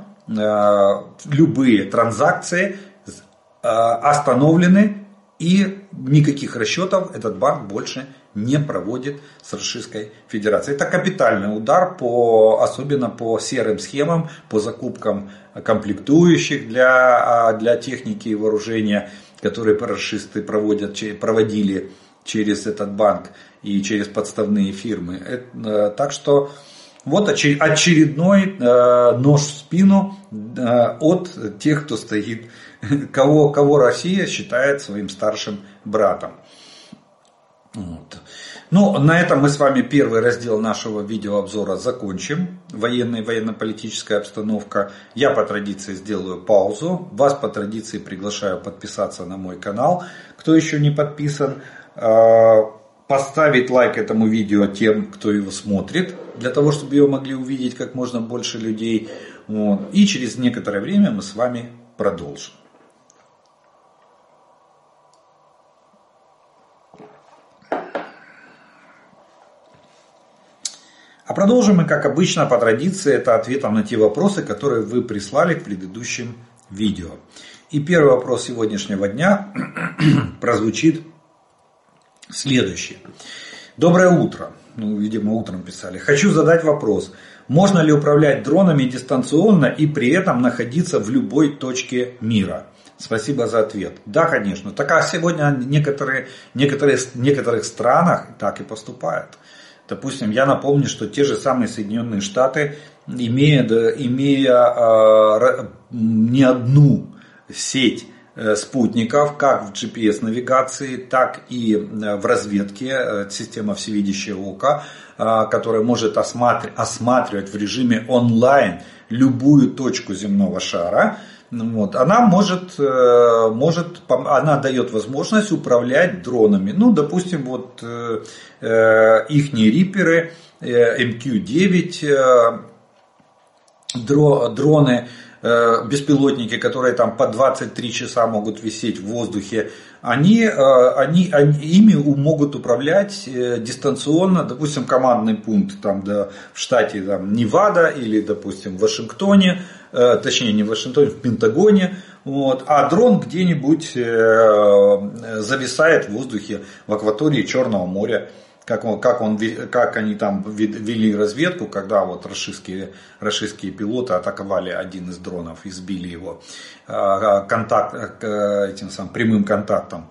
любые транзакции остановлены и никаких расчетов этот банк больше не проводит с Российской Федерацией. Это капитальный удар, по, особенно по серым схемам, по закупкам комплектующих для, для техники и вооружения, которые расисты проводят, проводили через этот банк и через подставные фирмы. Это, так что вот очередной нож в спину от тех, кто стоит, кого, кого Россия считает своим старшим братом. Вот. Ну, на этом мы с вами первый раздел нашего видеообзора закончим. Военная и военно-политическая обстановка. Я по традиции сделаю паузу. Вас по традиции приглашаю подписаться на мой канал, кто еще не подписан. Поставить лайк этому видео тем, кто его смотрит, для того, чтобы его могли увидеть как можно больше людей. Вот. И через некоторое время мы с вами продолжим. А продолжим мы, как обычно, по традиции, это ответом на те вопросы, которые вы прислали к предыдущим видео. И первый вопрос сегодняшнего дня прозвучит следующее. Доброе утро. Ну, видимо, утром писали. Хочу задать вопрос. Можно ли управлять дронами дистанционно и при этом находиться в любой точке мира? Спасибо за ответ. Да, конечно. Так а сегодня некоторые, некоторые, в некоторых странах так и поступают. Допустим, я напомню, что те же самые Соединенные Штаты, имея, имея э, не одну сеть спутников, как в джи пи эс-навигации, так и в разведке, система всевидящее око, которая может осматривать в режиме онлайн любую точку земного шара. Вот. Она может, может, она дает возможность управлять дронами. Ну, допустим, вот ихние риперы эм кью девять, дроны, беспилотники, которые там по двадцать три часа могут висеть в воздухе, они, они, они ими могут управлять дистанционно, допустим, командный пункт там, да, в штате там, Невада или, допустим, в Вашингтоне, точнее не в Вашингтоне, в Пентагоне, вот, а дрон где-нибудь зависает в воздухе в акватории Черного моря. Как, он, как, он, как они там вели разведку, когда вот российские, российские пилоты атаковали один из дронов и сбили его контакт, этим самым прямым контактом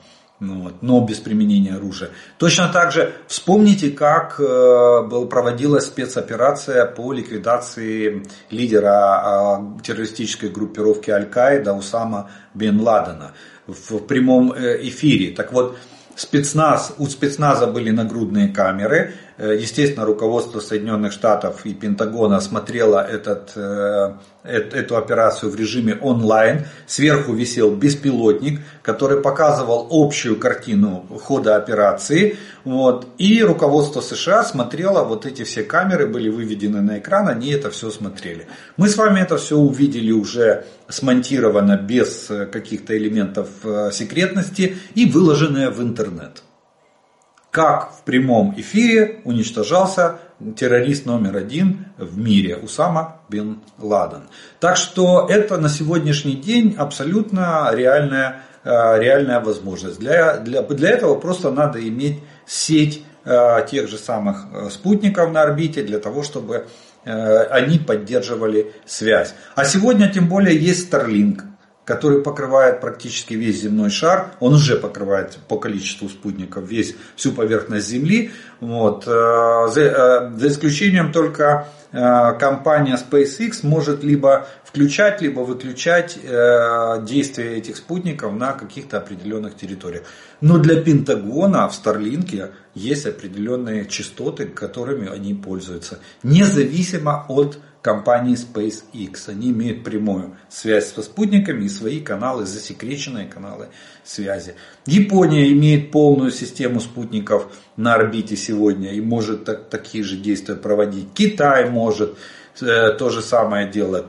Вот, но без применения оружия. Точно так же вспомните, как э, проводилась спецоперация по ликвидации лидера э, террористической группировки Аль-Каида Усама бен Ладена в прямом эфире. Так вот, спецназ, у спецназа были нагрудные камеры. Естественно, руководство Соединенных Штатов и Пентагона смотрело этот, э, эту операцию в режиме онлайн. Сверху висел беспилотник, который показывал общую картину хода операции. Вот. И руководство США смотрело, вот эти все камеры были выведены на экран, они это все смотрели. Мы с вами это все увидели уже смонтировано без каких-то элементов секретности и выложенное в интернет. Как в прямом эфире уничтожался террорист номер один в мире Усама бен Ладен. Так что это на сегодняшний день абсолютно реальная, реальная возможность. Для, для, для этого просто надо иметь сеть тех же самых спутников на орбите, для того, чтобы они поддерживали связь. А сегодня тем более есть Starlink, который покрывает практически весь земной шар. Он уже покрывает по количеству спутников весь, всю поверхность Земли. Вот. За, за исключением только компания SpaceX может либо включать, либо выключать действия этих спутников на каких-то определенных территориях. Но для Пентагона в Starlink есть определенные частоты, которыми они пользуются. Независимо от компании SpaceX. Они имеют прямую связь со спутниками и свои каналы, засекреченные каналы связи. Япония имеет полную систему спутников на орбите сегодня и может так, такие же действия проводить. Китай может э, то же самое делать.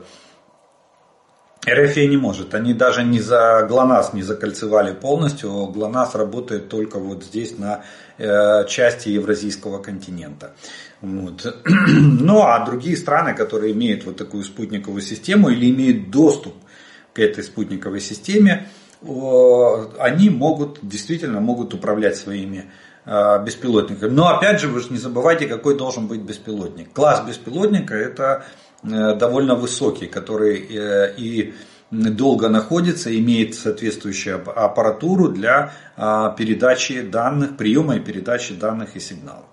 РФ не может. Они даже не за ГЛОНАСС не закольцевали полностью. ГЛОНАСС работает только вот здесь на э, части Евразийского континента. Вот. Ну а другие страны, которые имеют вот такую спутниковую систему или имеют доступ к этой спутниковой системе, они могут, действительно могут управлять своими беспилотниками. Но опять же, вы же не забывайте, какой должен быть беспилотник. Класс беспилотника — это довольно высокий, который и долго находится, имеет соответствующую аппаратуру для передачи данных, приема и передачи данных и сигналов.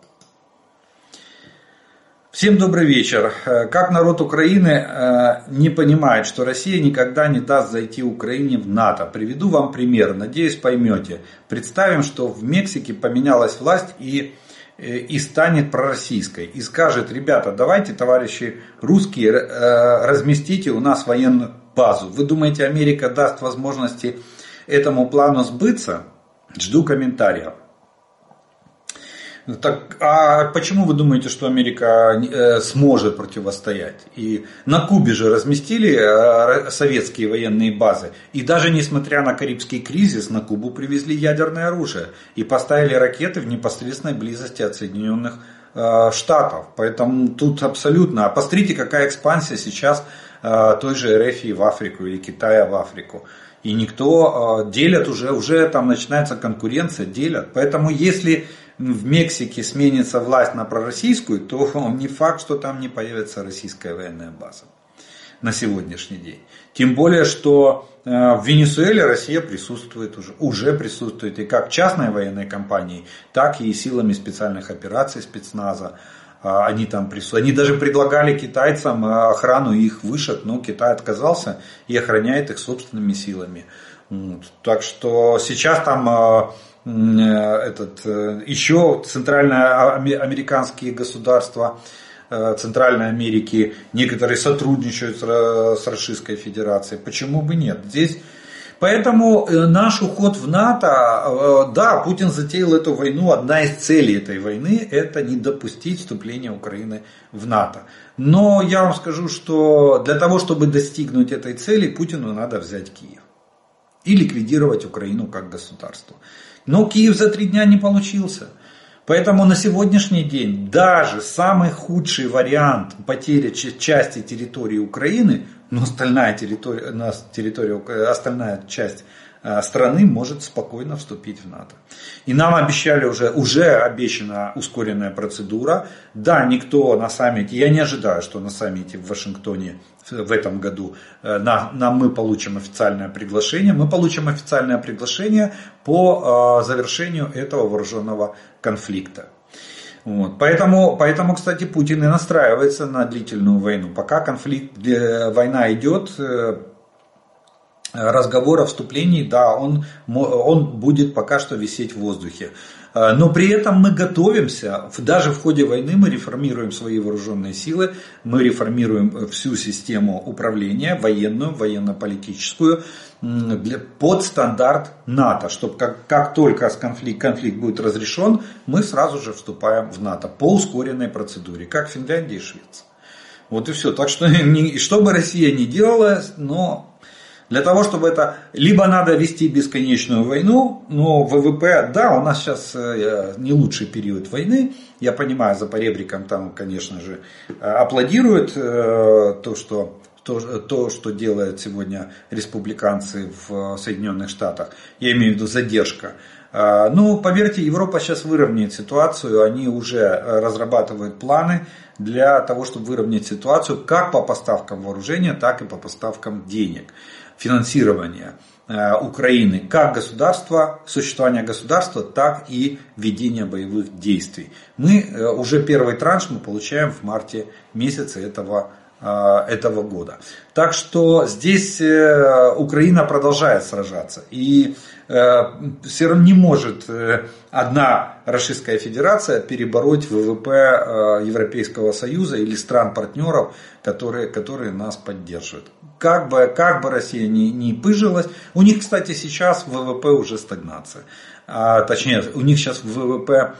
Всем добрый вечер. Как народ Украины не понимает, что Россия никогда не даст зайти Украине в НАТО? Приведу вам пример, надеюсь, поймете. Представим, что в Мексике поменялась власть и, и станет пророссийской. И скажет: ребята, давайте, товарищи русские, разместите у нас военную базу. Вы думаете, Америка даст возможности этому плану сбыться? Жду комментариев. Так, а почему вы думаете, что Америка э, сможет противостоять? И на Кубе же разместили э, советские военные базы. И даже несмотря на Карибский кризис, на Кубу привезли ядерное оружие. И поставили ракеты в непосредственной близости от Соединенных э, Штатов. Поэтому тут абсолютно... А посмотрите, какая экспансия сейчас э, той же РФ в Африку или Китая в Африку. И никто э, делят уже, уже там начинается конкуренция, делят. Поэтому если в Мексике сменится власть на пророссийскую, то не факт, что там не появится российская военная база на сегодняшний день. Тем более, что в Венесуэле Россия присутствует уже, уже присутствует и как частной военной компанией, так и силами специальных операций спецназа. Они там присутствуют. Они даже предлагали китайцам охрану их вышек, но Китай отказался и охраняет их собственными силами. Вот. Так что сейчас там... Этот, еще центральноамериканские государства Центральной Америки, некоторые сотрудничают с Российской Федерацией. Почему бы нет? Здесь, поэтому наш уход в НАТО, да, Путин затеял эту войну, одна из целей этой войны — это не допустить вступления Украины в НАТО. Но я вам скажу, что для того, чтобы достигнуть этой цели, Путину надо взять Киев и ликвидировать Украину как государство. Но Киев за три дня не получился. Поэтому на сегодняшний день даже самый худший вариант потери части территории Украины но остальная территория, территория, остальная часть страны может спокойно вступить в НАТО. И нам обещали уже, уже обещана ускоренная процедура. Да, никто на саммите, я не ожидаю, что на саммите в Вашингтоне в этом году на, на мы получим официальное приглашение. Мы получим официальное приглашение по э, завершению этого вооруженного конфликта. Вот. Поэтому, поэтому, кстати, Путин и настраивается на длительную войну. Пока конфликт, война идет, разговор о вступлении, да, он, он будет пока что висеть в воздухе. Но при этом мы готовимся, даже в ходе войны мы реформируем свои вооруженные силы, мы реформируем всю систему управления, военную, военно-политическую, под стандарт НАТО, чтобы как, как только конфликт, конфликт будет разрешен, мы сразу же вступаем в НАТО по ускоренной процедуре, как Финляндия и Швеция. Вот и все. Так что, что бы Россия ни делала, но... Для того, чтобы это, либо надо вести бесконечную войну, но ВВП, да, у нас сейчас не лучший период войны, я понимаю, за поребриком там, конечно же, аплодируют то, что, то, то, что делают сегодня республиканцы в Соединенных Штатах, я имею в виду задержка. Ну, поверьте, Европа сейчас выровняет ситуацию, они уже разрабатывают планы для того, чтобы выровнять ситуацию как по поставкам вооружения, так и по поставкам денег. Финансирования Украины как государства, существования государства, так и ведения боевых действий. Мы уже первый транш мы получаем в марте месяце этого, этого года. Так что здесь Украина продолжает сражаться. И все равно не может одна Российская Федерация перебороть ВВП Европейского Союза или стран-партнеров, которые, которые нас поддерживают. Как бы, как бы Россия ни, ни пыжилась, у них, кстати, сейчас в ВВП уже стагнация. А, точнее, у них сейчас в ВВП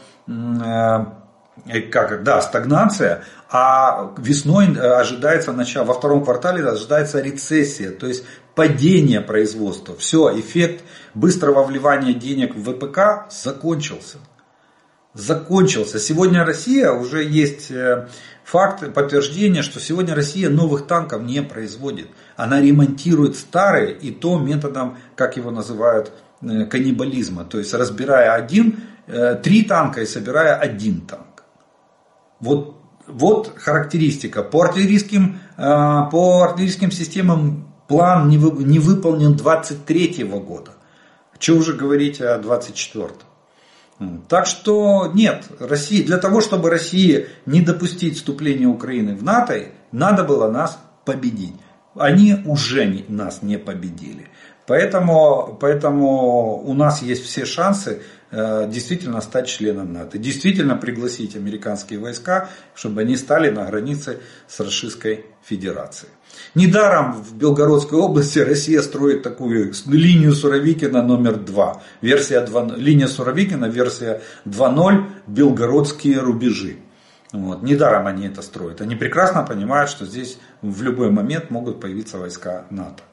как, да, стагнация, а весной ожидается начало, во втором квартале ожидается рецессия, то есть падение производства. Все, эффект быстрого вливания денег в ВПК закончился. Закончился. Сегодня Россия, уже есть факты, подтверждение, что сегодня Россия новых танков не производит. Она ремонтирует старые, и то методом, как его называют, каннибализма. То есть разбирая один, три танка и собирая один танк. Вот, вот характеристика. По артиллерийским, по артиллерийским системам план не, вы, не выполнен двадцать третьего года. Что уже говорить о двадцать четвёртом. Так что нет, Россия, для того, чтобы России не допустить вступления Украины в НАТО, надо было нас победить. Они уже не, нас не победили. Поэтому, поэтому у нас есть все шансы э, действительно стать членом НАТО. Действительно пригласить американские войска, чтобы они стали на границе с Российской Федерацией. Недаром в Белгородской области Россия строит такую линию Суровикина номер два. Версия два, линия Суровикина, версия два ноль, белгородские рубежи. Вот. Недаром они это строят. Они прекрасно понимают, что здесь в любой момент могут появиться войска НАТО.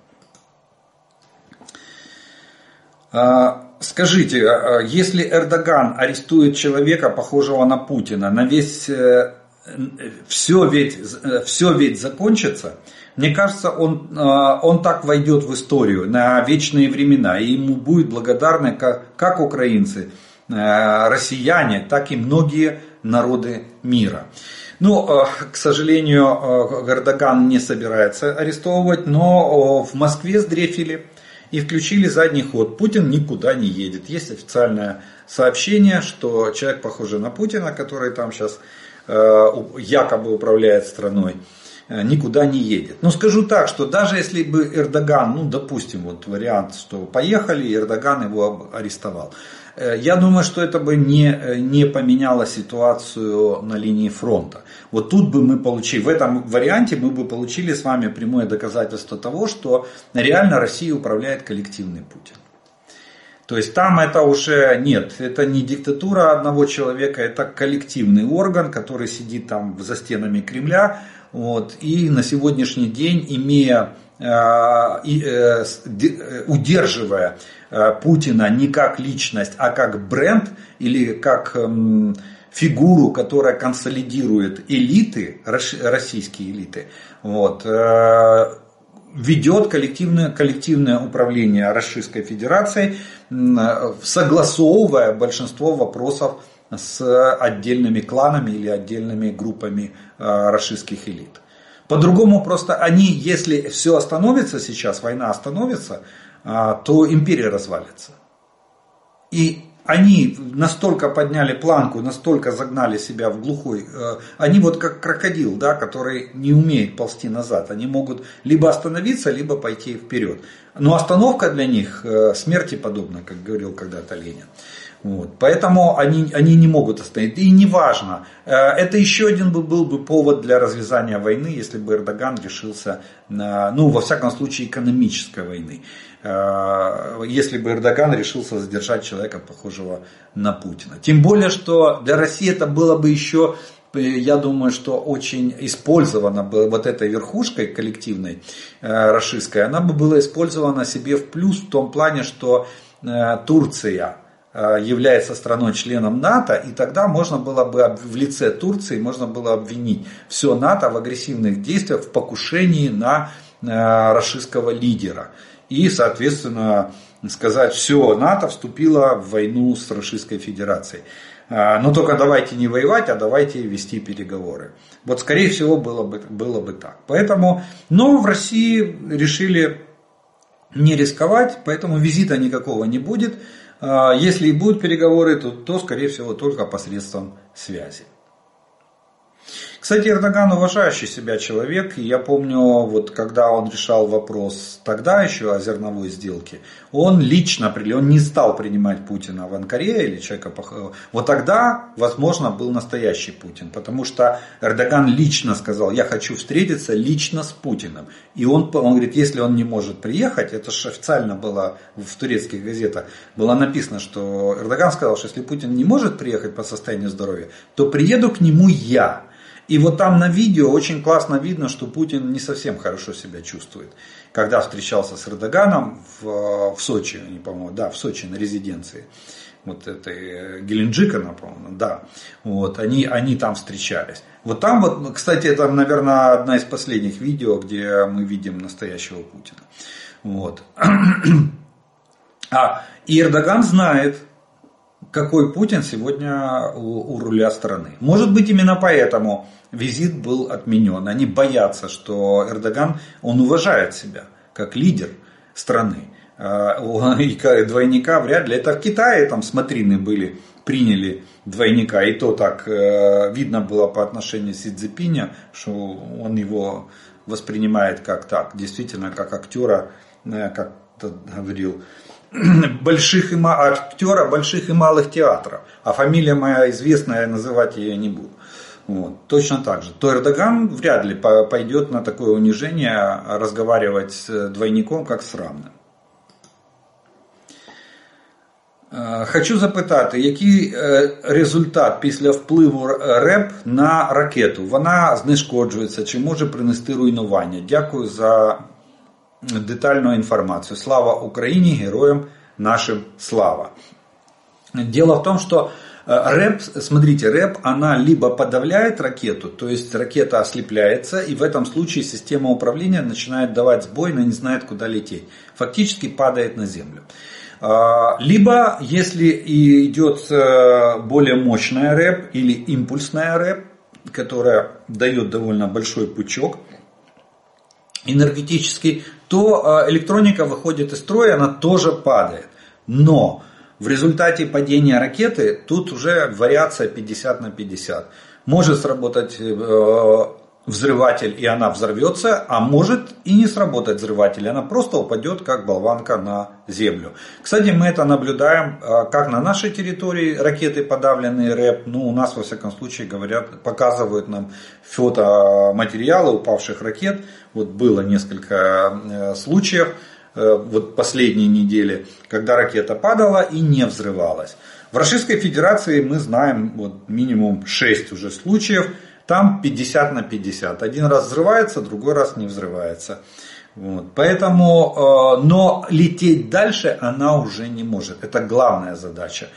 Скажите, если Эрдоган арестует человека, похожего на Путина, на весь, все ведь, все ведь закончится, мне кажется, он, он так войдет в историю на вечные времена, и ему будут благодарны как, как украинцы, россияне, так и многие народы мира. Ну, к сожалению, Эрдоган не собирается арестовывать, но в Москве сдрефили и включили задний ход. Путин никуда не едет. Есть официальное сообщение, что человек, похожий на Путина, который там сейчас якобы управляет страной, никуда не едет. Но скажу так, что даже если бы Эрдоган, ну допустим, вот вариант, что поехали, и Эрдоган его арестовал. Я думаю, что это бы не, не поменяло ситуацию на линии фронта. Вот тут бы мы получили, в этом варианте мы бы получили с вами прямое доказательство того, что реально Россией управляет коллективный Путин. То есть там это уже нет, это не диктатура одного человека, это коллективный орган, который сидит там за стенами Кремля. Вот, и на сегодняшний день, имея, удерживая Путина не как личность, а как бренд или как фигуру, которая консолидирует элиты, российские элиты, вот, ведет коллективное, коллективное управление Российской Федерацией, согласовывая большинство вопросов с отдельными кланами или отдельными группами российских элит. По-другому просто они, если все остановится сейчас, война остановится, то империя развалится. И они настолько подняли планку, настолько загнали себя в глухой, они вот как крокодил, да, который не умеет ползти назад. Они могут либо остановиться, либо пойти вперед. Но остановка для них смерти подобна, как говорил когда-то Ленин. Вот. Поэтому они, они не могут остановиться. И неважно, это еще один был бы повод для развязания войны, если бы Эрдоган решился на, ну, во всяком случае, экономической войны. Если бы Эрдоган решился задержать человека, похожего на Путина. Тем более, что для России это было бы еще, я думаю, что очень использовано было вот этой верхушкой коллективной российской, она бы была использована себе в плюс в том плане, что Турция является страной-членом НАТО, и тогда можно было бы в лице Турции можно было обвинить все НАТО в агрессивных действиях, в покушении на российского лидера. И, соответственно, сказать, все, НАТО вступило в войну с Российской Федерацией. Но только давайте не воевать, а давайте вести переговоры. Вот, скорее всего, было бы, было бы так. Поэтому, но в России решили не рисковать, поэтому визита никакого не будет. Если и будут переговоры, то, то скорее всего, только посредством связи. Кстати, Эрдоган уважающий себя человек, и я помню, вот когда он решал вопрос тогда еще о зерновой сделке, он лично, он не стал принимать Путина в Анкаре или человека, вот тогда, возможно, был настоящий Путин, потому что Эрдоган лично сказал, я хочу встретиться лично с Путиным, и он, он говорит, если он не может приехать, это же официально было в турецких газетах, было написано, что Эрдоган сказал, что если Путин не может приехать по состоянию здоровья, то приеду к нему я. И вот там на видео очень классно видно, что Путин не совсем хорошо себя чувствует. Когда встречался с Эрдоганом в, в Сочи, не по-моему, да, в Сочи на резиденции, вот этой Геленджика, по-моему, да, вот, они, они там встречались. Вот там вот, кстати, это, наверное, одна из последних видео, где мы видим настоящего Путина. Вот. А, и Эрдоган знает, какой Путин сегодня у, у руля страны. Может быть, именно поэтому визит был отменен. Они боятся, что Эрдоган, он уважает себя как лидер страны. И двойника вряд ли. Это в Китае там смотрины были, приняли двойника. И то так видно было по отношению к Си Цзиньпиня, что он его воспринимает как так, действительно как актера, как говорил, больших и ма... актера больших и малых театров. А фамилия моя известная, я называть ее не буду. Вот. Точно так же. То Эрдоган вряд ли пойдет на такое унижение разговаривать с двойником, как с равным. Хочу запитати, який результат після впливу РЕП на ракету? Вона знешкоджується чи може принести руйнування? Дякую за детальную информацию. Слава Украине, героям нашим слава. Дело в том, что РЭП, смотрите, РЭП, она либо подавляет ракету, то есть ракета ослепляется, и в этом случае система управления начинает давать сбой, она не знает, куда лететь. Фактически падает на землю. Либо, если идет более мощная РЭП или импульсная РЭП, которая дает довольно большой пучок энергетический, то электроника выходит из строя, она тоже падает. Но в результате падения ракеты тут уже вариация пятьдесят на пятьдесят. Может сработать взрыватель, и она взорвется, а может и не сработать взрыватель, она просто упадет как болванка на землю. Кстати, мы это наблюдаем как на нашей территории, ракеты подавленные РЭП, ну у нас во всяком случае говорят, показывают нам фотоматериалы упавших ракет. Вот было несколько случаев, вот последние недели, когда ракета падала и не взрывалась. В Российской Федерации мы знаем вот минимум шесть уже случаев. Там пятьдесят на пятьдесят. Один раз взрывается, другой раз не взрывается. Вот. Поэтому, но лететь дальше она уже не может. Это главная задача.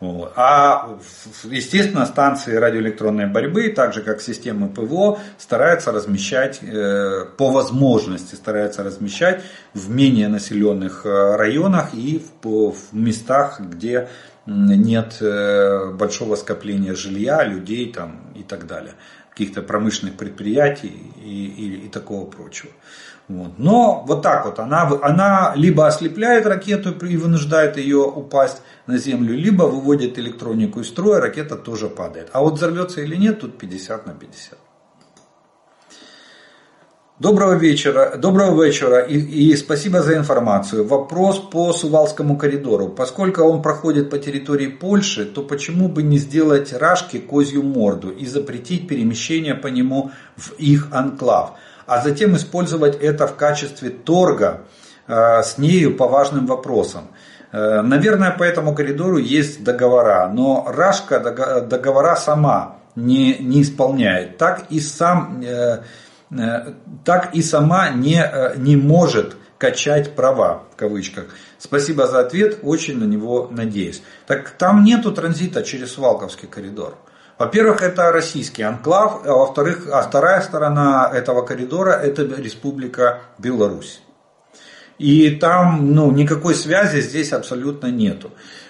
А, естественно, станции радиоэлектронной борьбы, так же как системы ПВО, стараются размещать, по возможности стараются размещать в менее населенных районах и в местах, где нет большого скопления жилья, людей там, и так далее, каких-то промышленных предприятий и, и, и такого прочего. Вот. Но вот так вот, она, она либо ослепляет ракету и вынуждает ее упасть на землю, либо выводит электронику из строя, ракета тоже падает. А вот взорвется или нет, тут пятьдесят на пятьдесят. Доброго вечера, доброго вечера и, и спасибо за информацию. Вопрос по Сувалскому коридору. Поскольку он проходит по территории Польши, то почему бы не сделать Рашке козью морду и запретить перемещение по нему в их анклав, а затем использовать это в качестве торга э, с нею по важным вопросам. Э, наверное, по этому коридору есть договора, но Рашка договора сама не, не исполняет. Так и сам... Э, так и сама не, не может качать права, в кавычках. Спасибо за ответ, очень на него надеюсь. Так там нету транзита через Сувалковский коридор. Во-первых, это российский анклав, а во-вторых, а вторая сторона этого коридора это Республика Беларусь. И там ну, никакой связи здесь абсолютно нету.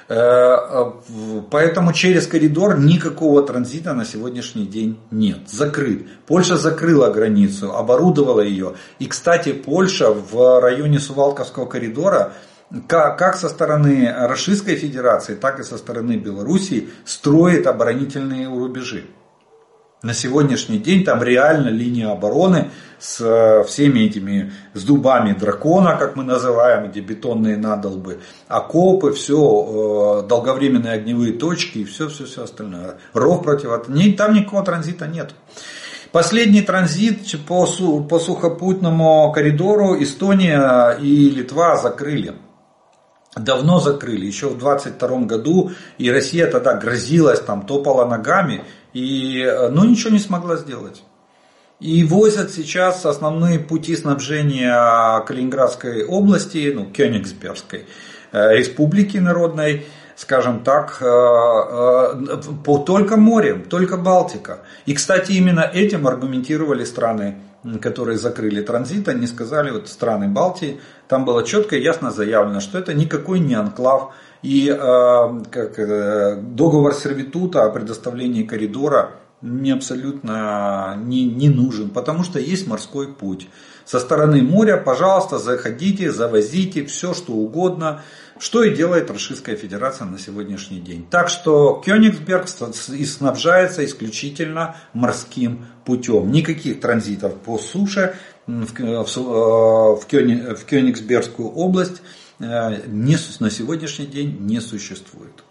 Поэтому через коридор никакого транзита на сегодняшний день нет. Закрыт. Польша закрыла границу, оборудовала ее. И, кстати, Польша в районе Сувалковского коридора, как со стороны Российской Федерации, так и со стороны Белоруссии, строит оборонительные рубежи. На сегодняшний день там реально линия обороны с всеми этими, с зубами дракона, как мы называем, где бетонные надолбы, окопы, все, долговременные огневые точки и все-все-все остальное. Ров противотанковый, там никакого транзита нет. Последний транзит по, по сухопутному коридору Эстония и Литва закрыли. Давно закрыли, еще в двадцать втором году, и Россия тогда грозилась, там, топала ногами, и, ну, ничего не смогла сделать. И возят сейчас основные пути снабжения Калининградской области, ну, Кёнигсбергской республики народной, скажем так, по только морем, только Балтика. И, кстати, именно этим аргументировали страны, которые закрыли транзит. Они сказали, вот страны Балтии, там было четко и ясно заявлено, что это никакой не анклав. И э, как, э, договор сервитута о предоставлении коридора не абсолютно не, не нужен, потому что есть морской путь. Со стороны моря, пожалуйста, заходите, завозите все, что угодно, что и делает Российская Федерация на сегодняшний день. Так что Кёнигсберг снабжается исключительно морским путем. Никаких транзитов по суше в, в, в, Кёни, в Кёнигсбергскую область не, на сегодняшний день не существует.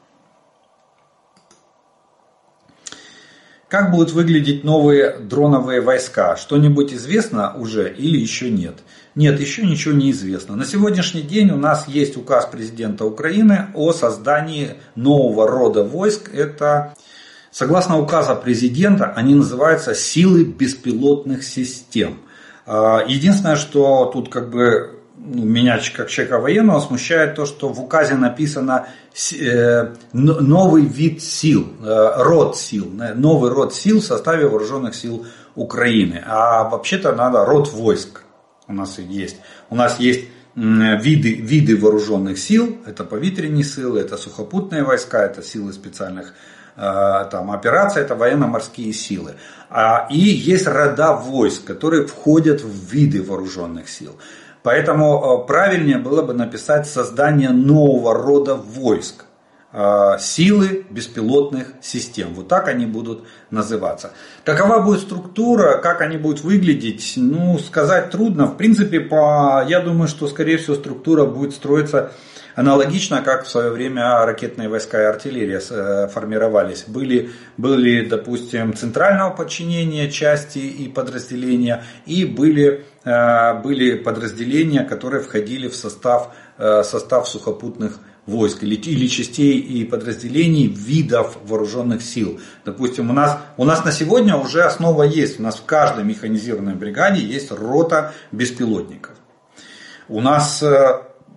Как будут выглядеть новые дроновые войска? Что-нибудь известно уже или еще нет? Нет, еще ничего не известно. На сегодняшний день у нас есть указ президента Украины о создании нового рода войск. Это, согласно указу президента, они называются силы беспилотных систем. Единственное, что тут как бы меня как человека военного смущает то, что в указе написано новый вид сил, род сил, новый род сил в составе вооруженных сил Украины. А вообще-то надо род войск у нас есть. У нас есть виды, виды вооруженных сил, это повитренные силы, это сухопутные войска, это силы специальных там, операций, это военно-морские силы. И есть рода войск, которые входят в виды вооруженных сил. Поэтому правильнее было бы написать создание нового рода войск, силы беспилотных систем. Вот так они будут называться. Какова будет структура, как они будут выглядеть, ну, сказать трудно. В принципе, по, я думаю, что, скорее всего, структура будет строиться аналогично, как в свое время ракетные войска и артиллерия формировались. Были, были, допустим, центрального подчинения части и подразделения, и были, были подразделения, которые входили в состав, состав сухопутных войск или, или частей и подразделений видов вооруженных сил. Допустим, у нас, у нас на сегодня уже основа есть. У нас в каждой механизированной бригаде есть рота беспилотников. У нас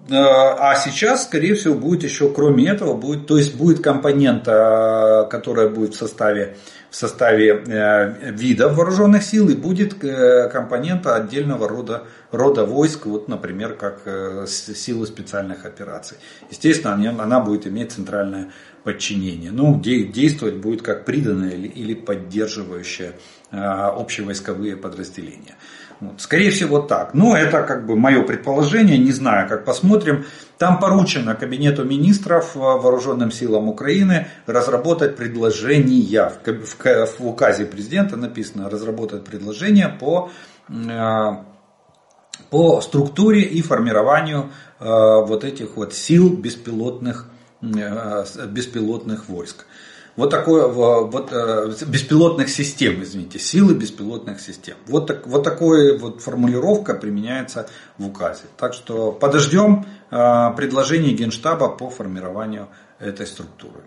А сейчас, скорее всего, будет еще, кроме этого, будет, то есть будет компонента, которая будет в составе, в составе видов вооруженных сил, и будет компонента отдельного рода, рода войск, вот, например, как силы специальных операций. Естественно, она будет иметь центральное подчинение. Ну, действовать будет как приданное или поддерживающее общевойсковые подразделения. Вот, скорее всего так. Но это как бы мое предположение, не знаю, как посмотрим. Там поручено Кабинету министров Вооруженным силам Украины разработать предложения. В, в, в указе президента написано разработать предложения по, по структуре и формированию вот этих вот сил беспилотных, беспилотных войск. Вот такое, вот, беспилотных систем, извините, силы беспилотных систем. Вот, так, вот такая вот формулировка применяется в указе. Так что подождем предложений Генштаба по формированию этой структуры.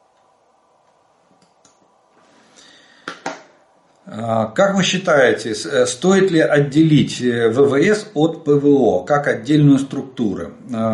Как вы считаете, стоит ли отделить ВВС от ПВО как отдельную структуру?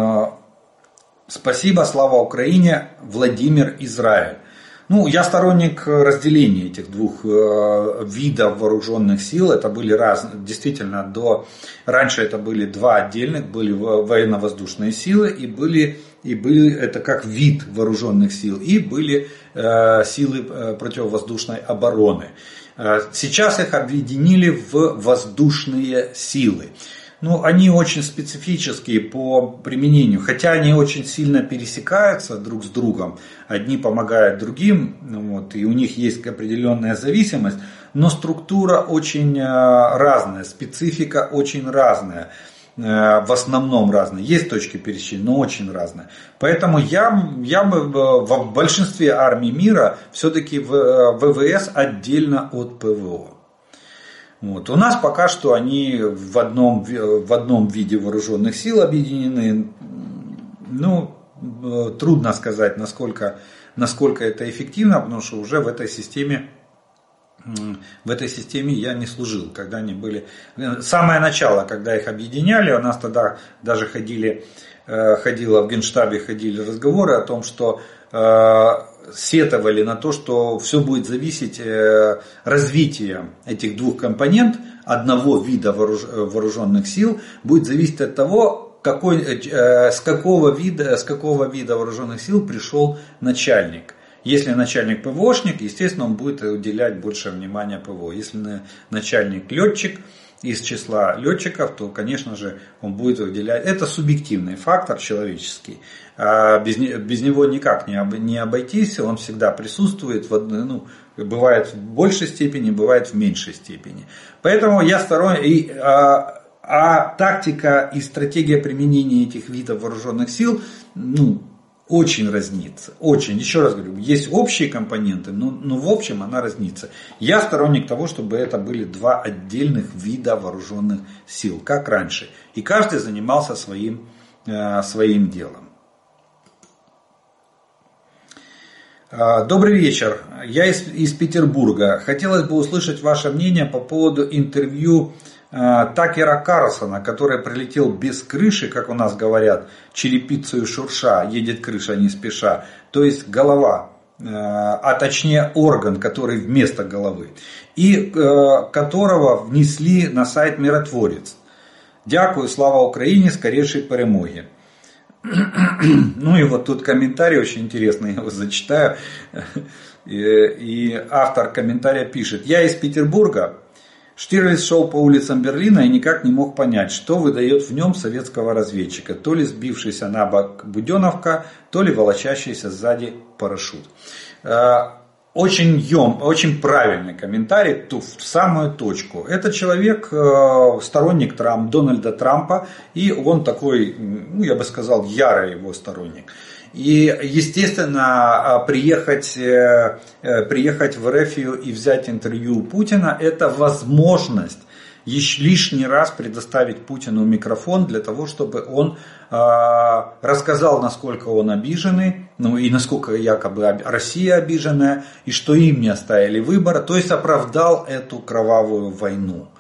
Спасибо, слава Украине, Владимир, Израиль. Ну, я сторонник разделения этих двух э, видов вооруженных сил. Это были разные, действительно, до, раньше это были два отдельных, были военно-воздушные силы и были, и были это как вид вооруженных сил, и были э, силы противовоздушной обороны. Сейчас их объединили в воздушные силы. Ну, они очень специфические по применению, хотя они очень сильно пересекаются друг с другом. Одни помогают другим, вот, и у них есть определенная зависимость, но структура очень разная, специфика очень разная, в основном разная. Есть точки пересечения, но очень разные. Поэтому я, я бы в большинстве армий мира все-таки ВВС отдельно от ПВО. Вот. У нас пока что они в одном, в одном виде вооруженных сил объединены. Ну, трудно сказать, насколько, насколько это эффективно, потому что уже в этой системе, в этой системе я не служил, когда они были. Самое начало, когда их объединяли, у нас тогда даже ходили, ходило в Генштабе, ходили разговоры о том, что сетовали на то, что все будет зависеть развитие этих двух компонент одного вида вооруженных сил будет зависеть от того, какой, с, какого вида, с какого вида вооруженных сил пришел начальник. Если начальник ПВОшник, естественно, он будет уделять больше внимания ПВО. Если начальник летчик из числа летчиков, то, конечно же, он будет уделять. Это субъективный фактор человеческий. Без, без него никак не, об, не обойтись, он всегда присутствует, в, ну, бывает в большей степени, бывает в меньшей степени. Поэтому я сторонник, а, а тактика и стратегия применения этих видов вооруженных сил, ну, очень разнится, очень, еще раз говорю, есть общие компоненты, но, но в общем она разнится. Я сторонник того, чтобы это были два отдельных вида вооруженных сил, как раньше, и каждый занимался своим, э, своим делом. Добрый вечер, я из, из Петербурга. Хотелось бы услышать ваше мнение по поводу интервью э, Такера Карлсона, который прилетел без крыши, как у нас говорят, черепицу и шурша, едет крыша не спеша, то есть голова, э, а точнее орган, который вместо головы, и э, которого внесли на сайт Миротворец. Дякую, слава Украине, скорейшей перемоги. Ну и вот тут комментарий очень интересный, я его зачитаю. И, и автор комментария пишет: я из Петербурга. Штирлиц шел по улицам Берлина и никак не мог понять, что выдает в нем советского разведчика. То ли сбившийся на бок Буденовка, то ли волочащийся сзади парашют. Очень ем, очень правильный комментарий, ту, в самую точку. Это человек, э, сторонник Трамп, Дональда Трампа, и он такой, ну, я бы сказал, ярый его сторонник. И, естественно, приехать, э, приехать в эр эф и взять интервью у Путина – это возможность еще лишний раз предоставить Путину микрофон для того, чтобы он э, рассказал, насколько он обиженный, ну и насколько якобы Россия обиженная, и что им не оставили выбора, то есть оправдал эту кровавую войну.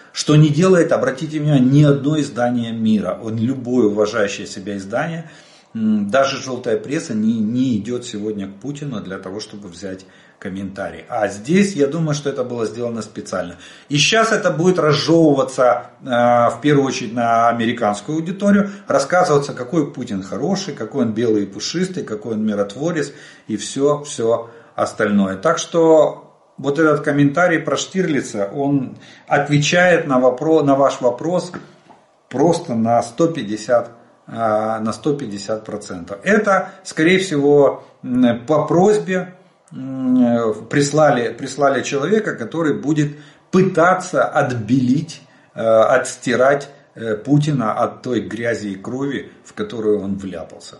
Что не делает, обратите внимание, ни одно издание мира. Он, любое уважающее себя издание, даже желтая пресса не, не идет сегодня к Путину для того, чтобы взять комментарий. А здесь, я думаю, что это было сделано специально. И сейчас это будет разжевываться э, в первую очередь на американскую аудиторию, рассказываться, какой Путин хороший, какой он белый и пушистый, какой он миротворец и все, все остальное. Так что вот этот комментарий про Штирлица, он отвечает на, вопрос, на ваш вопрос просто на сто пятьдесят на сто пятьдесят процентов. Это, скорее всего, по просьбе прислали, прислали человека, который будет пытаться отбелить, отстирать Путина от той грязи и крови, в которую он вляпался.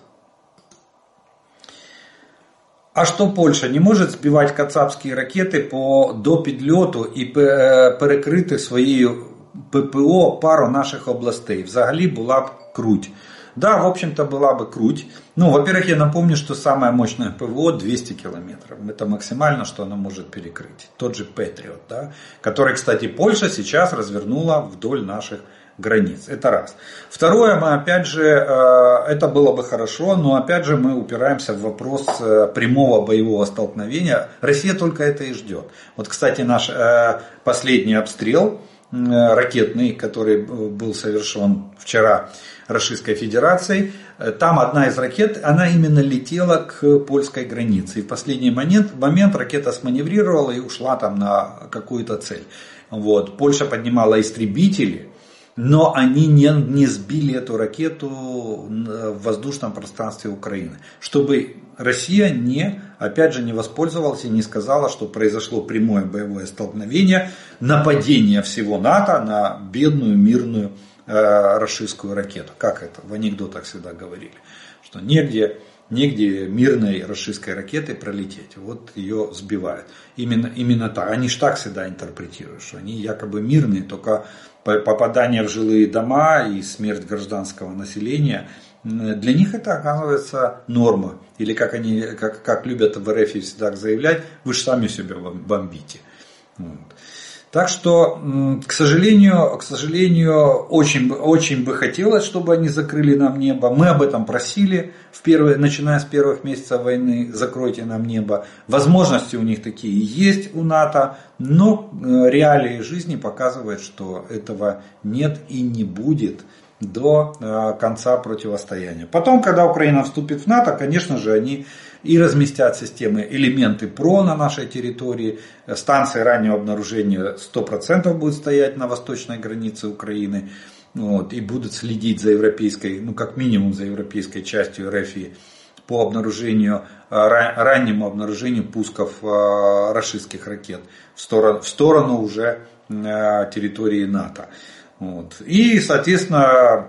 А что Польща не може збивати кацапські ракети по до підльоту і перекрити своєю ППО пару наших областей? Взагалі була б круть. Да, в общем-то, была бы круть. Ну, во-первых, я напомню, что самое мощное ПВО двести километров. Это максимально, что оно может перекрыть. Тот же Патриот, да, который, кстати, Польша сейчас развернула вдоль наших границ. Это раз. Второе, мы опять же, это было бы хорошо, но опять же мы упираемся в вопрос прямого боевого столкновения. Россия только это и ждет. Вот, кстати, наш последний обстрел ракетный, который был совершен вчера Российской Федерацией, там одна из ракет, она именно летела к польской границе. И в последний момент, момент ракета сманеврировала и ушла там на какую-то цель. Вот. Польша поднимала истребители, но они не, не сбили эту ракету в воздушном пространстве Украины. Чтобы Россия не, опять же, не воспользовалась и не сказала, что произошло прямое боевое столкновение, нападение всего НАТО на бедную мирную э, российскую ракету. Как это в анекдотах всегда говорили, что негде, негде мирной российской ракетой пролететь. Вот ее сбивают. Именно, именно так. Они ж так всегда интерпретируют, что они якобы мирные, только попадание в жилые дома и смерть гражданского населения, для них это оказывается норма. Или как они, как, как любят в эр эф всегда заявлять, вы же сами себя бомбите. Вот. Так что, к сожалению, к сожалению, очень, очень бы хотелось, чтобы они закрыли нам небо. Мы об этом просили, в первые, начиная с первых месяцев войны, закройте нам небо. Возможности у них такие есть у НАТО, но реалии жизни показывают, что этого нет и не будет до конца противостояния. Потом, когда Украина вступит в НАТО, конечно же, они и разместят системы, элементы ПРО на нашей территории. Станции раннего обнаружения сто процентов будут стоять на восточной границе Украины. Вот, и будут следить за европейской, ну как минимум за европейской частью эр эф по обнаружению, раннему обнаружению пусков российских ракет в сторону, в сторону уже территории НАТО. Вот. И, соответственно,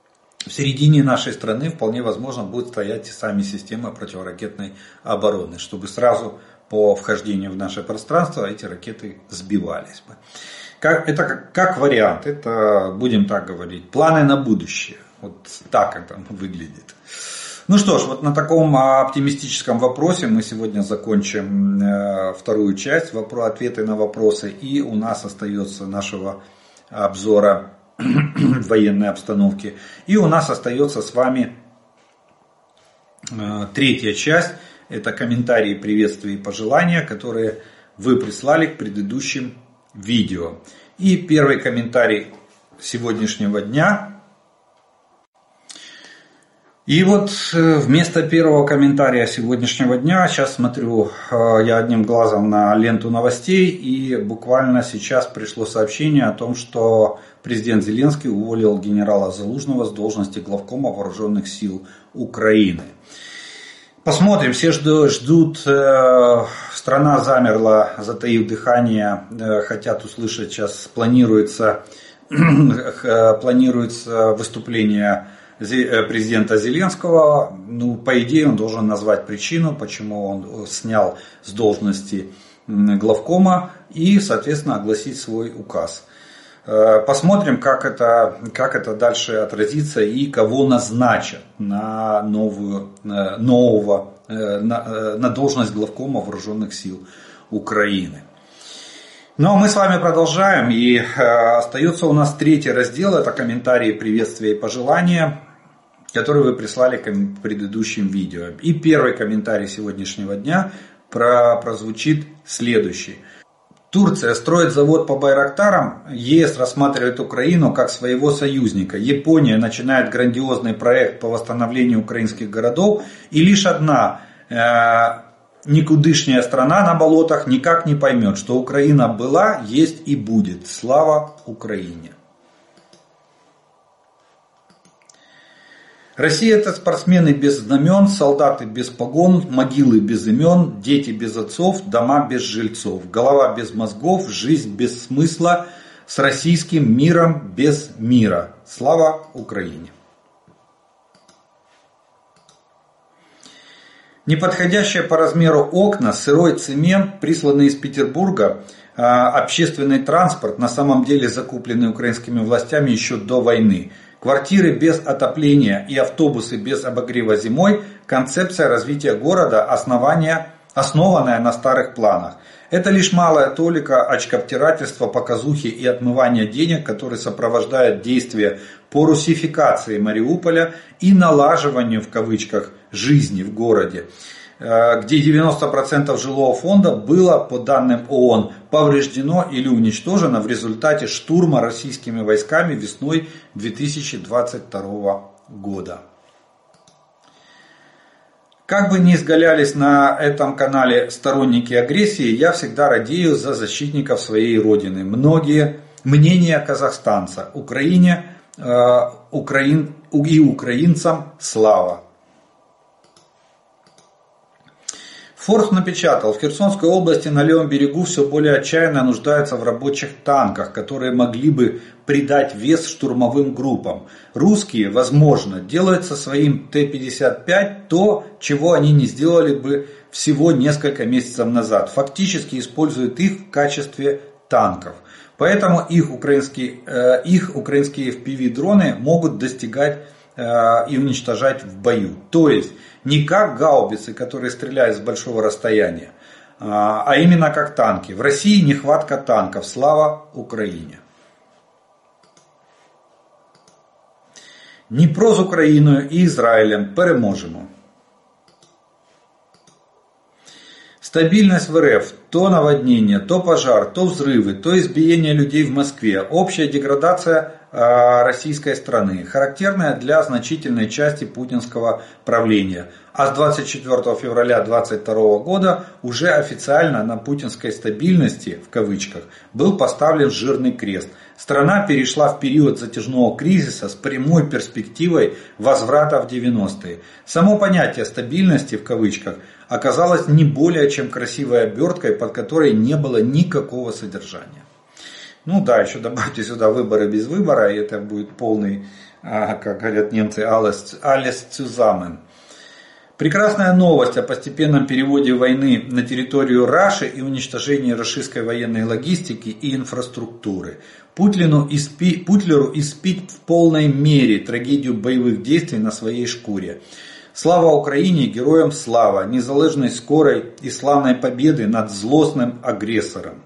в середине нашей страны вполне возможно будут стоять сами системы противоракетной обороны, чтобы сразу по вхождению в наше пространство эти ракеты сбивались бы. Как, это как, как вариант, это, будем так говорить, планы на будущее. Вот так это выглядит. Ну что ж, вот на таком оптимистическом вопросе мы сегодня закончим вторую часть, ответы на вопросы. И у нас остается нашего обзора военной обстановки. И у нас остается с вами третья часть. Это комментарии, приветствия и пожелания, которые вы прислали к предыдущим видео. И первый комментарий сегодняшнего дня. И вот вместо первого комментария сегодняшнего дня, сейчас смотрю я одним глазом на ленту новостей, и буквально сейчас пришло сообщение о том, что президент Зеленский уволил генерала Залужного с должности главкома вооруженных сил Украины. Посмотрим, все ждут, страна замерла, затаив дыхание, хотят услышать, сейчас планируется, планируется выступление президента Зеленского. Ну, по идее, он должен назвать причину, почему он снял с должности главкома и, соответственно, огласить свой указ. Посмотрим, как это, как это дальше отразится и кого назначат на новую, нового, на, на должность главкома вооруженных сил Украины. Ну а мы с вами продолжаем, и э, остается у нас третий раздел, это комментарии, приветствия и пожелания, которые вы прислали к предыдущим видео. И первый комментарий сегодняшнего дня про, прозвучит следующий. Турция строит завод по Байрактарам, ЕС рассматривает Украину как своего союзника, Япония начинает грандиозный проект по восстановлению украинских городов, и лишь одна э, никудышняя страна на болотах никак не поймет, что Украина была, есть и будет. Слава Украине! Россия – это спортсмены без знамен, солдаты без погон, могилы без имен, дети без отцов, дома без жильцов, голова без мозгов, жизнь без смысла, с российским миром без мира. Слава Украине! Неподходящие по размеру окна, сырой цемент, присланный из Петербурга, общественный транспорт, на самом деле закупленный украинскими властями еще до войны. Квартиры без отопления и автобусы без обогрева зимой – концепция развития города, основания, основанная на старых планах. Это лишь малая толика очковтирательства, показухи и отмывания денег, которые сопровождают действия по русификации Мариуполя и налаживанию, в кавычках, жизни в городе, где девяносто процентов жилого фонда было, по данным ООН, повреждено или уничтожено в результате штурма российскими войсками весной две тысячи двадцать второго года. Как бы ни изгалялись на этом канале сторонники агрессии, я всегда радею за защитников своей родины. Многие мнения казахстанца, Украине, э, украин, и украинцам слава. Форбс напечатал, в Херсонской области на левом берегу все более отчаянно нуждаются в рабочих танках, которые могли бы придать вес штурмовым группам. Русские, возможно, делают со своим Т пятьдесят пять то, чего они не сделали бы всего несколько месяцев назад. Фактически используют их в качестве танков. Поэтому их украинские, э, их украинские эф пи ви-дроны могут достигать э, и уничтожать в бою. То есть не как гаубицы, которые стреляют с большого расстояния, а именно как танки. В России нехватка танков. Слава Украине! Дніпро з Україною і Ізраїлем переможемо. Стабильность в РФ, то наводнение, то пожар, то взрывы, то избиение людей в Москве, общая деградация э, российской страны, характерная для значительной части путинского правления. А с двадцать четвёртого февраля две тысячи двадцать второго года уже официально на путинской стабильности, в кавычках, был поставлен жирный крест. Страна перешла в период затяжного кризиса с прямой перспективой возврата в девяностые. Само понятие стабильности, в кавычках, оказалось не более чем красивой оберткой, под которой не было никакого содержания. Ну да, еще добавьте сюда выборы без выбора, и это будет полный, как говорят немцы, alles zusammen. Прекрасная новость о постепенном переводе войны на территорию Раши и уничтожении рашистской военной логистики и инфраструктуры. Путлеру испить, Путлеру испить в полной мере трагедию боевых действий на своей шкуре. Слава Украине, героям слава, незалежной скорой и славной победы над злостным агрессором.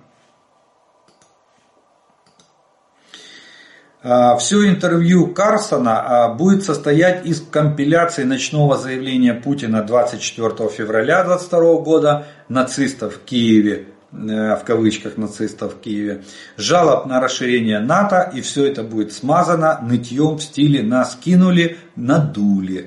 Все интервью Карсона будет состоять из компиляции ночного заявления Путина двадцать четвёртого февраля две тысячи двадцать второго года нацистов в Киеве, в кавычках нацистов в Киеве, жалоб на расширение НАТО, и все это будет смазано нытьем в стиле «нас кинули, надули».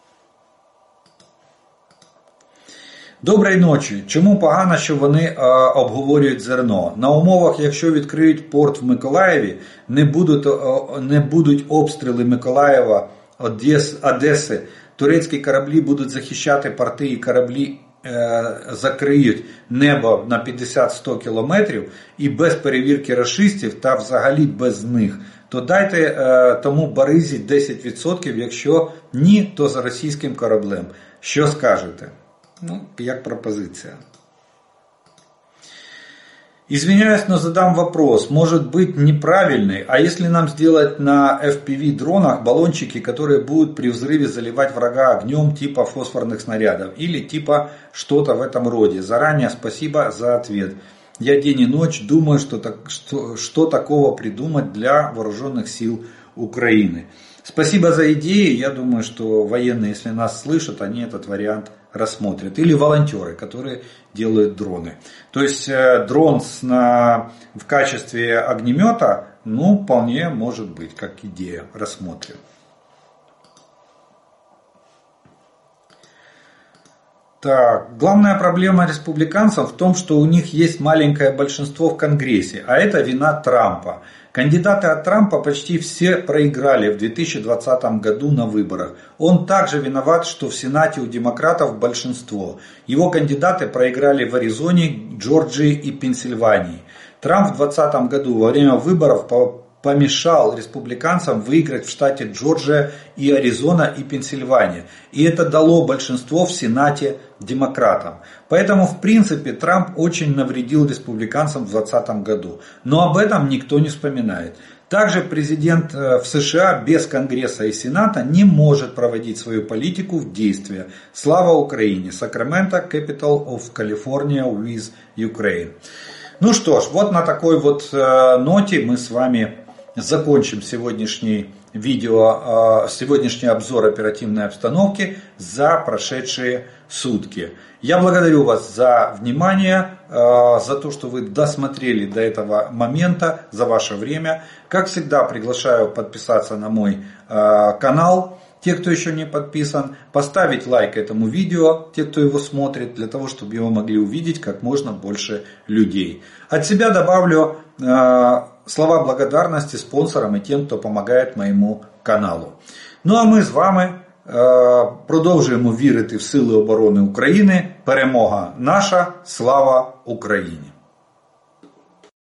Доброї ночі. Чому погано, що вони е, обговорюють зерно? На умовах, якщо відкриють порт в Миколаєві, не будуть, е, не будуть обстріли Миколаєва, Одес, Одеси, турецькі кораблі будуть захищати порти і кораблі е, закриють небо на п'ятдесят-сто кілометрів і без перевірки рашистів та взагалі без них, то дайте е, тому баризі десять відсотків, якщо ні, то з російським кораблем. Що скажете? Ну, як пропозиция. Извиняюсь, но задам вопрос. Может быть неправильный, а если нам сделать на эф пи ви-дронах баллончики, которые будут при взрыве заливать врага огнем типа фосфорных снарядов или типа что-то в этом роде? Заранее спасибо за ответ. Я день и ночь думаю, что, так, что, что такого придумать для вооруженных сил Украины. Спасибо за идеи. Я думаю, что военные, если нас слышат, они этот вариант рассмотрят. Или волонтеры, которые делают дроны. То есть э, дрон с, на, в качестве огнемета, ну, вполне может быть, как идея, рассмотрим. Так, главная проблема республиканцев в том, что у них есть маленькое большинство в Конгрессе, а это вина Трампа. Кандидаты от Трампа почти все проиграли в две тысячи двадцатом году на выборах. Он также виноват, что в Сенате у демократов большинство. Его кандидаты проиграли в Аризоне, Джорджии и Пенсильвании. Трамп в двадцатом году во время выборов по помешал республиканцам выиграть в штате Джорджия и Аризона и Пенсильвания. И это дало большинство в Сенате демократам. Поэтому, в принципе, Трамп очень навредил республиканцам в двадцатом году. Но об этом никто не вспоминает. Также президент в США без Конгресса и Сената не может проводить свою политику в действие. Слава Украине! Sacramento, Capital of California with Ukraine. Ну что ж, вот на такой вот ноте мы с вами закончим сегодняшний видео, сегодняшний обзор оперативной обстановки за прошедшие сутки. Я благодарю вас за внимание, за то, что вы досмотрели до этого момента, за ваше время. Как всегда, приглашаю подписаться на мой канал, те, кто еще не подписан, поставить лайк этому видео, те, кто его смотрит, для того, чтобы его могли увидеть как можно больше людей. От себя добавлю э, слова благодарности спонсорам и тем, кто помагает моєму каналу. Ну а ми з вами е, продовжуємо вірити в Сили оборони України. Перемога наша, слава Україні!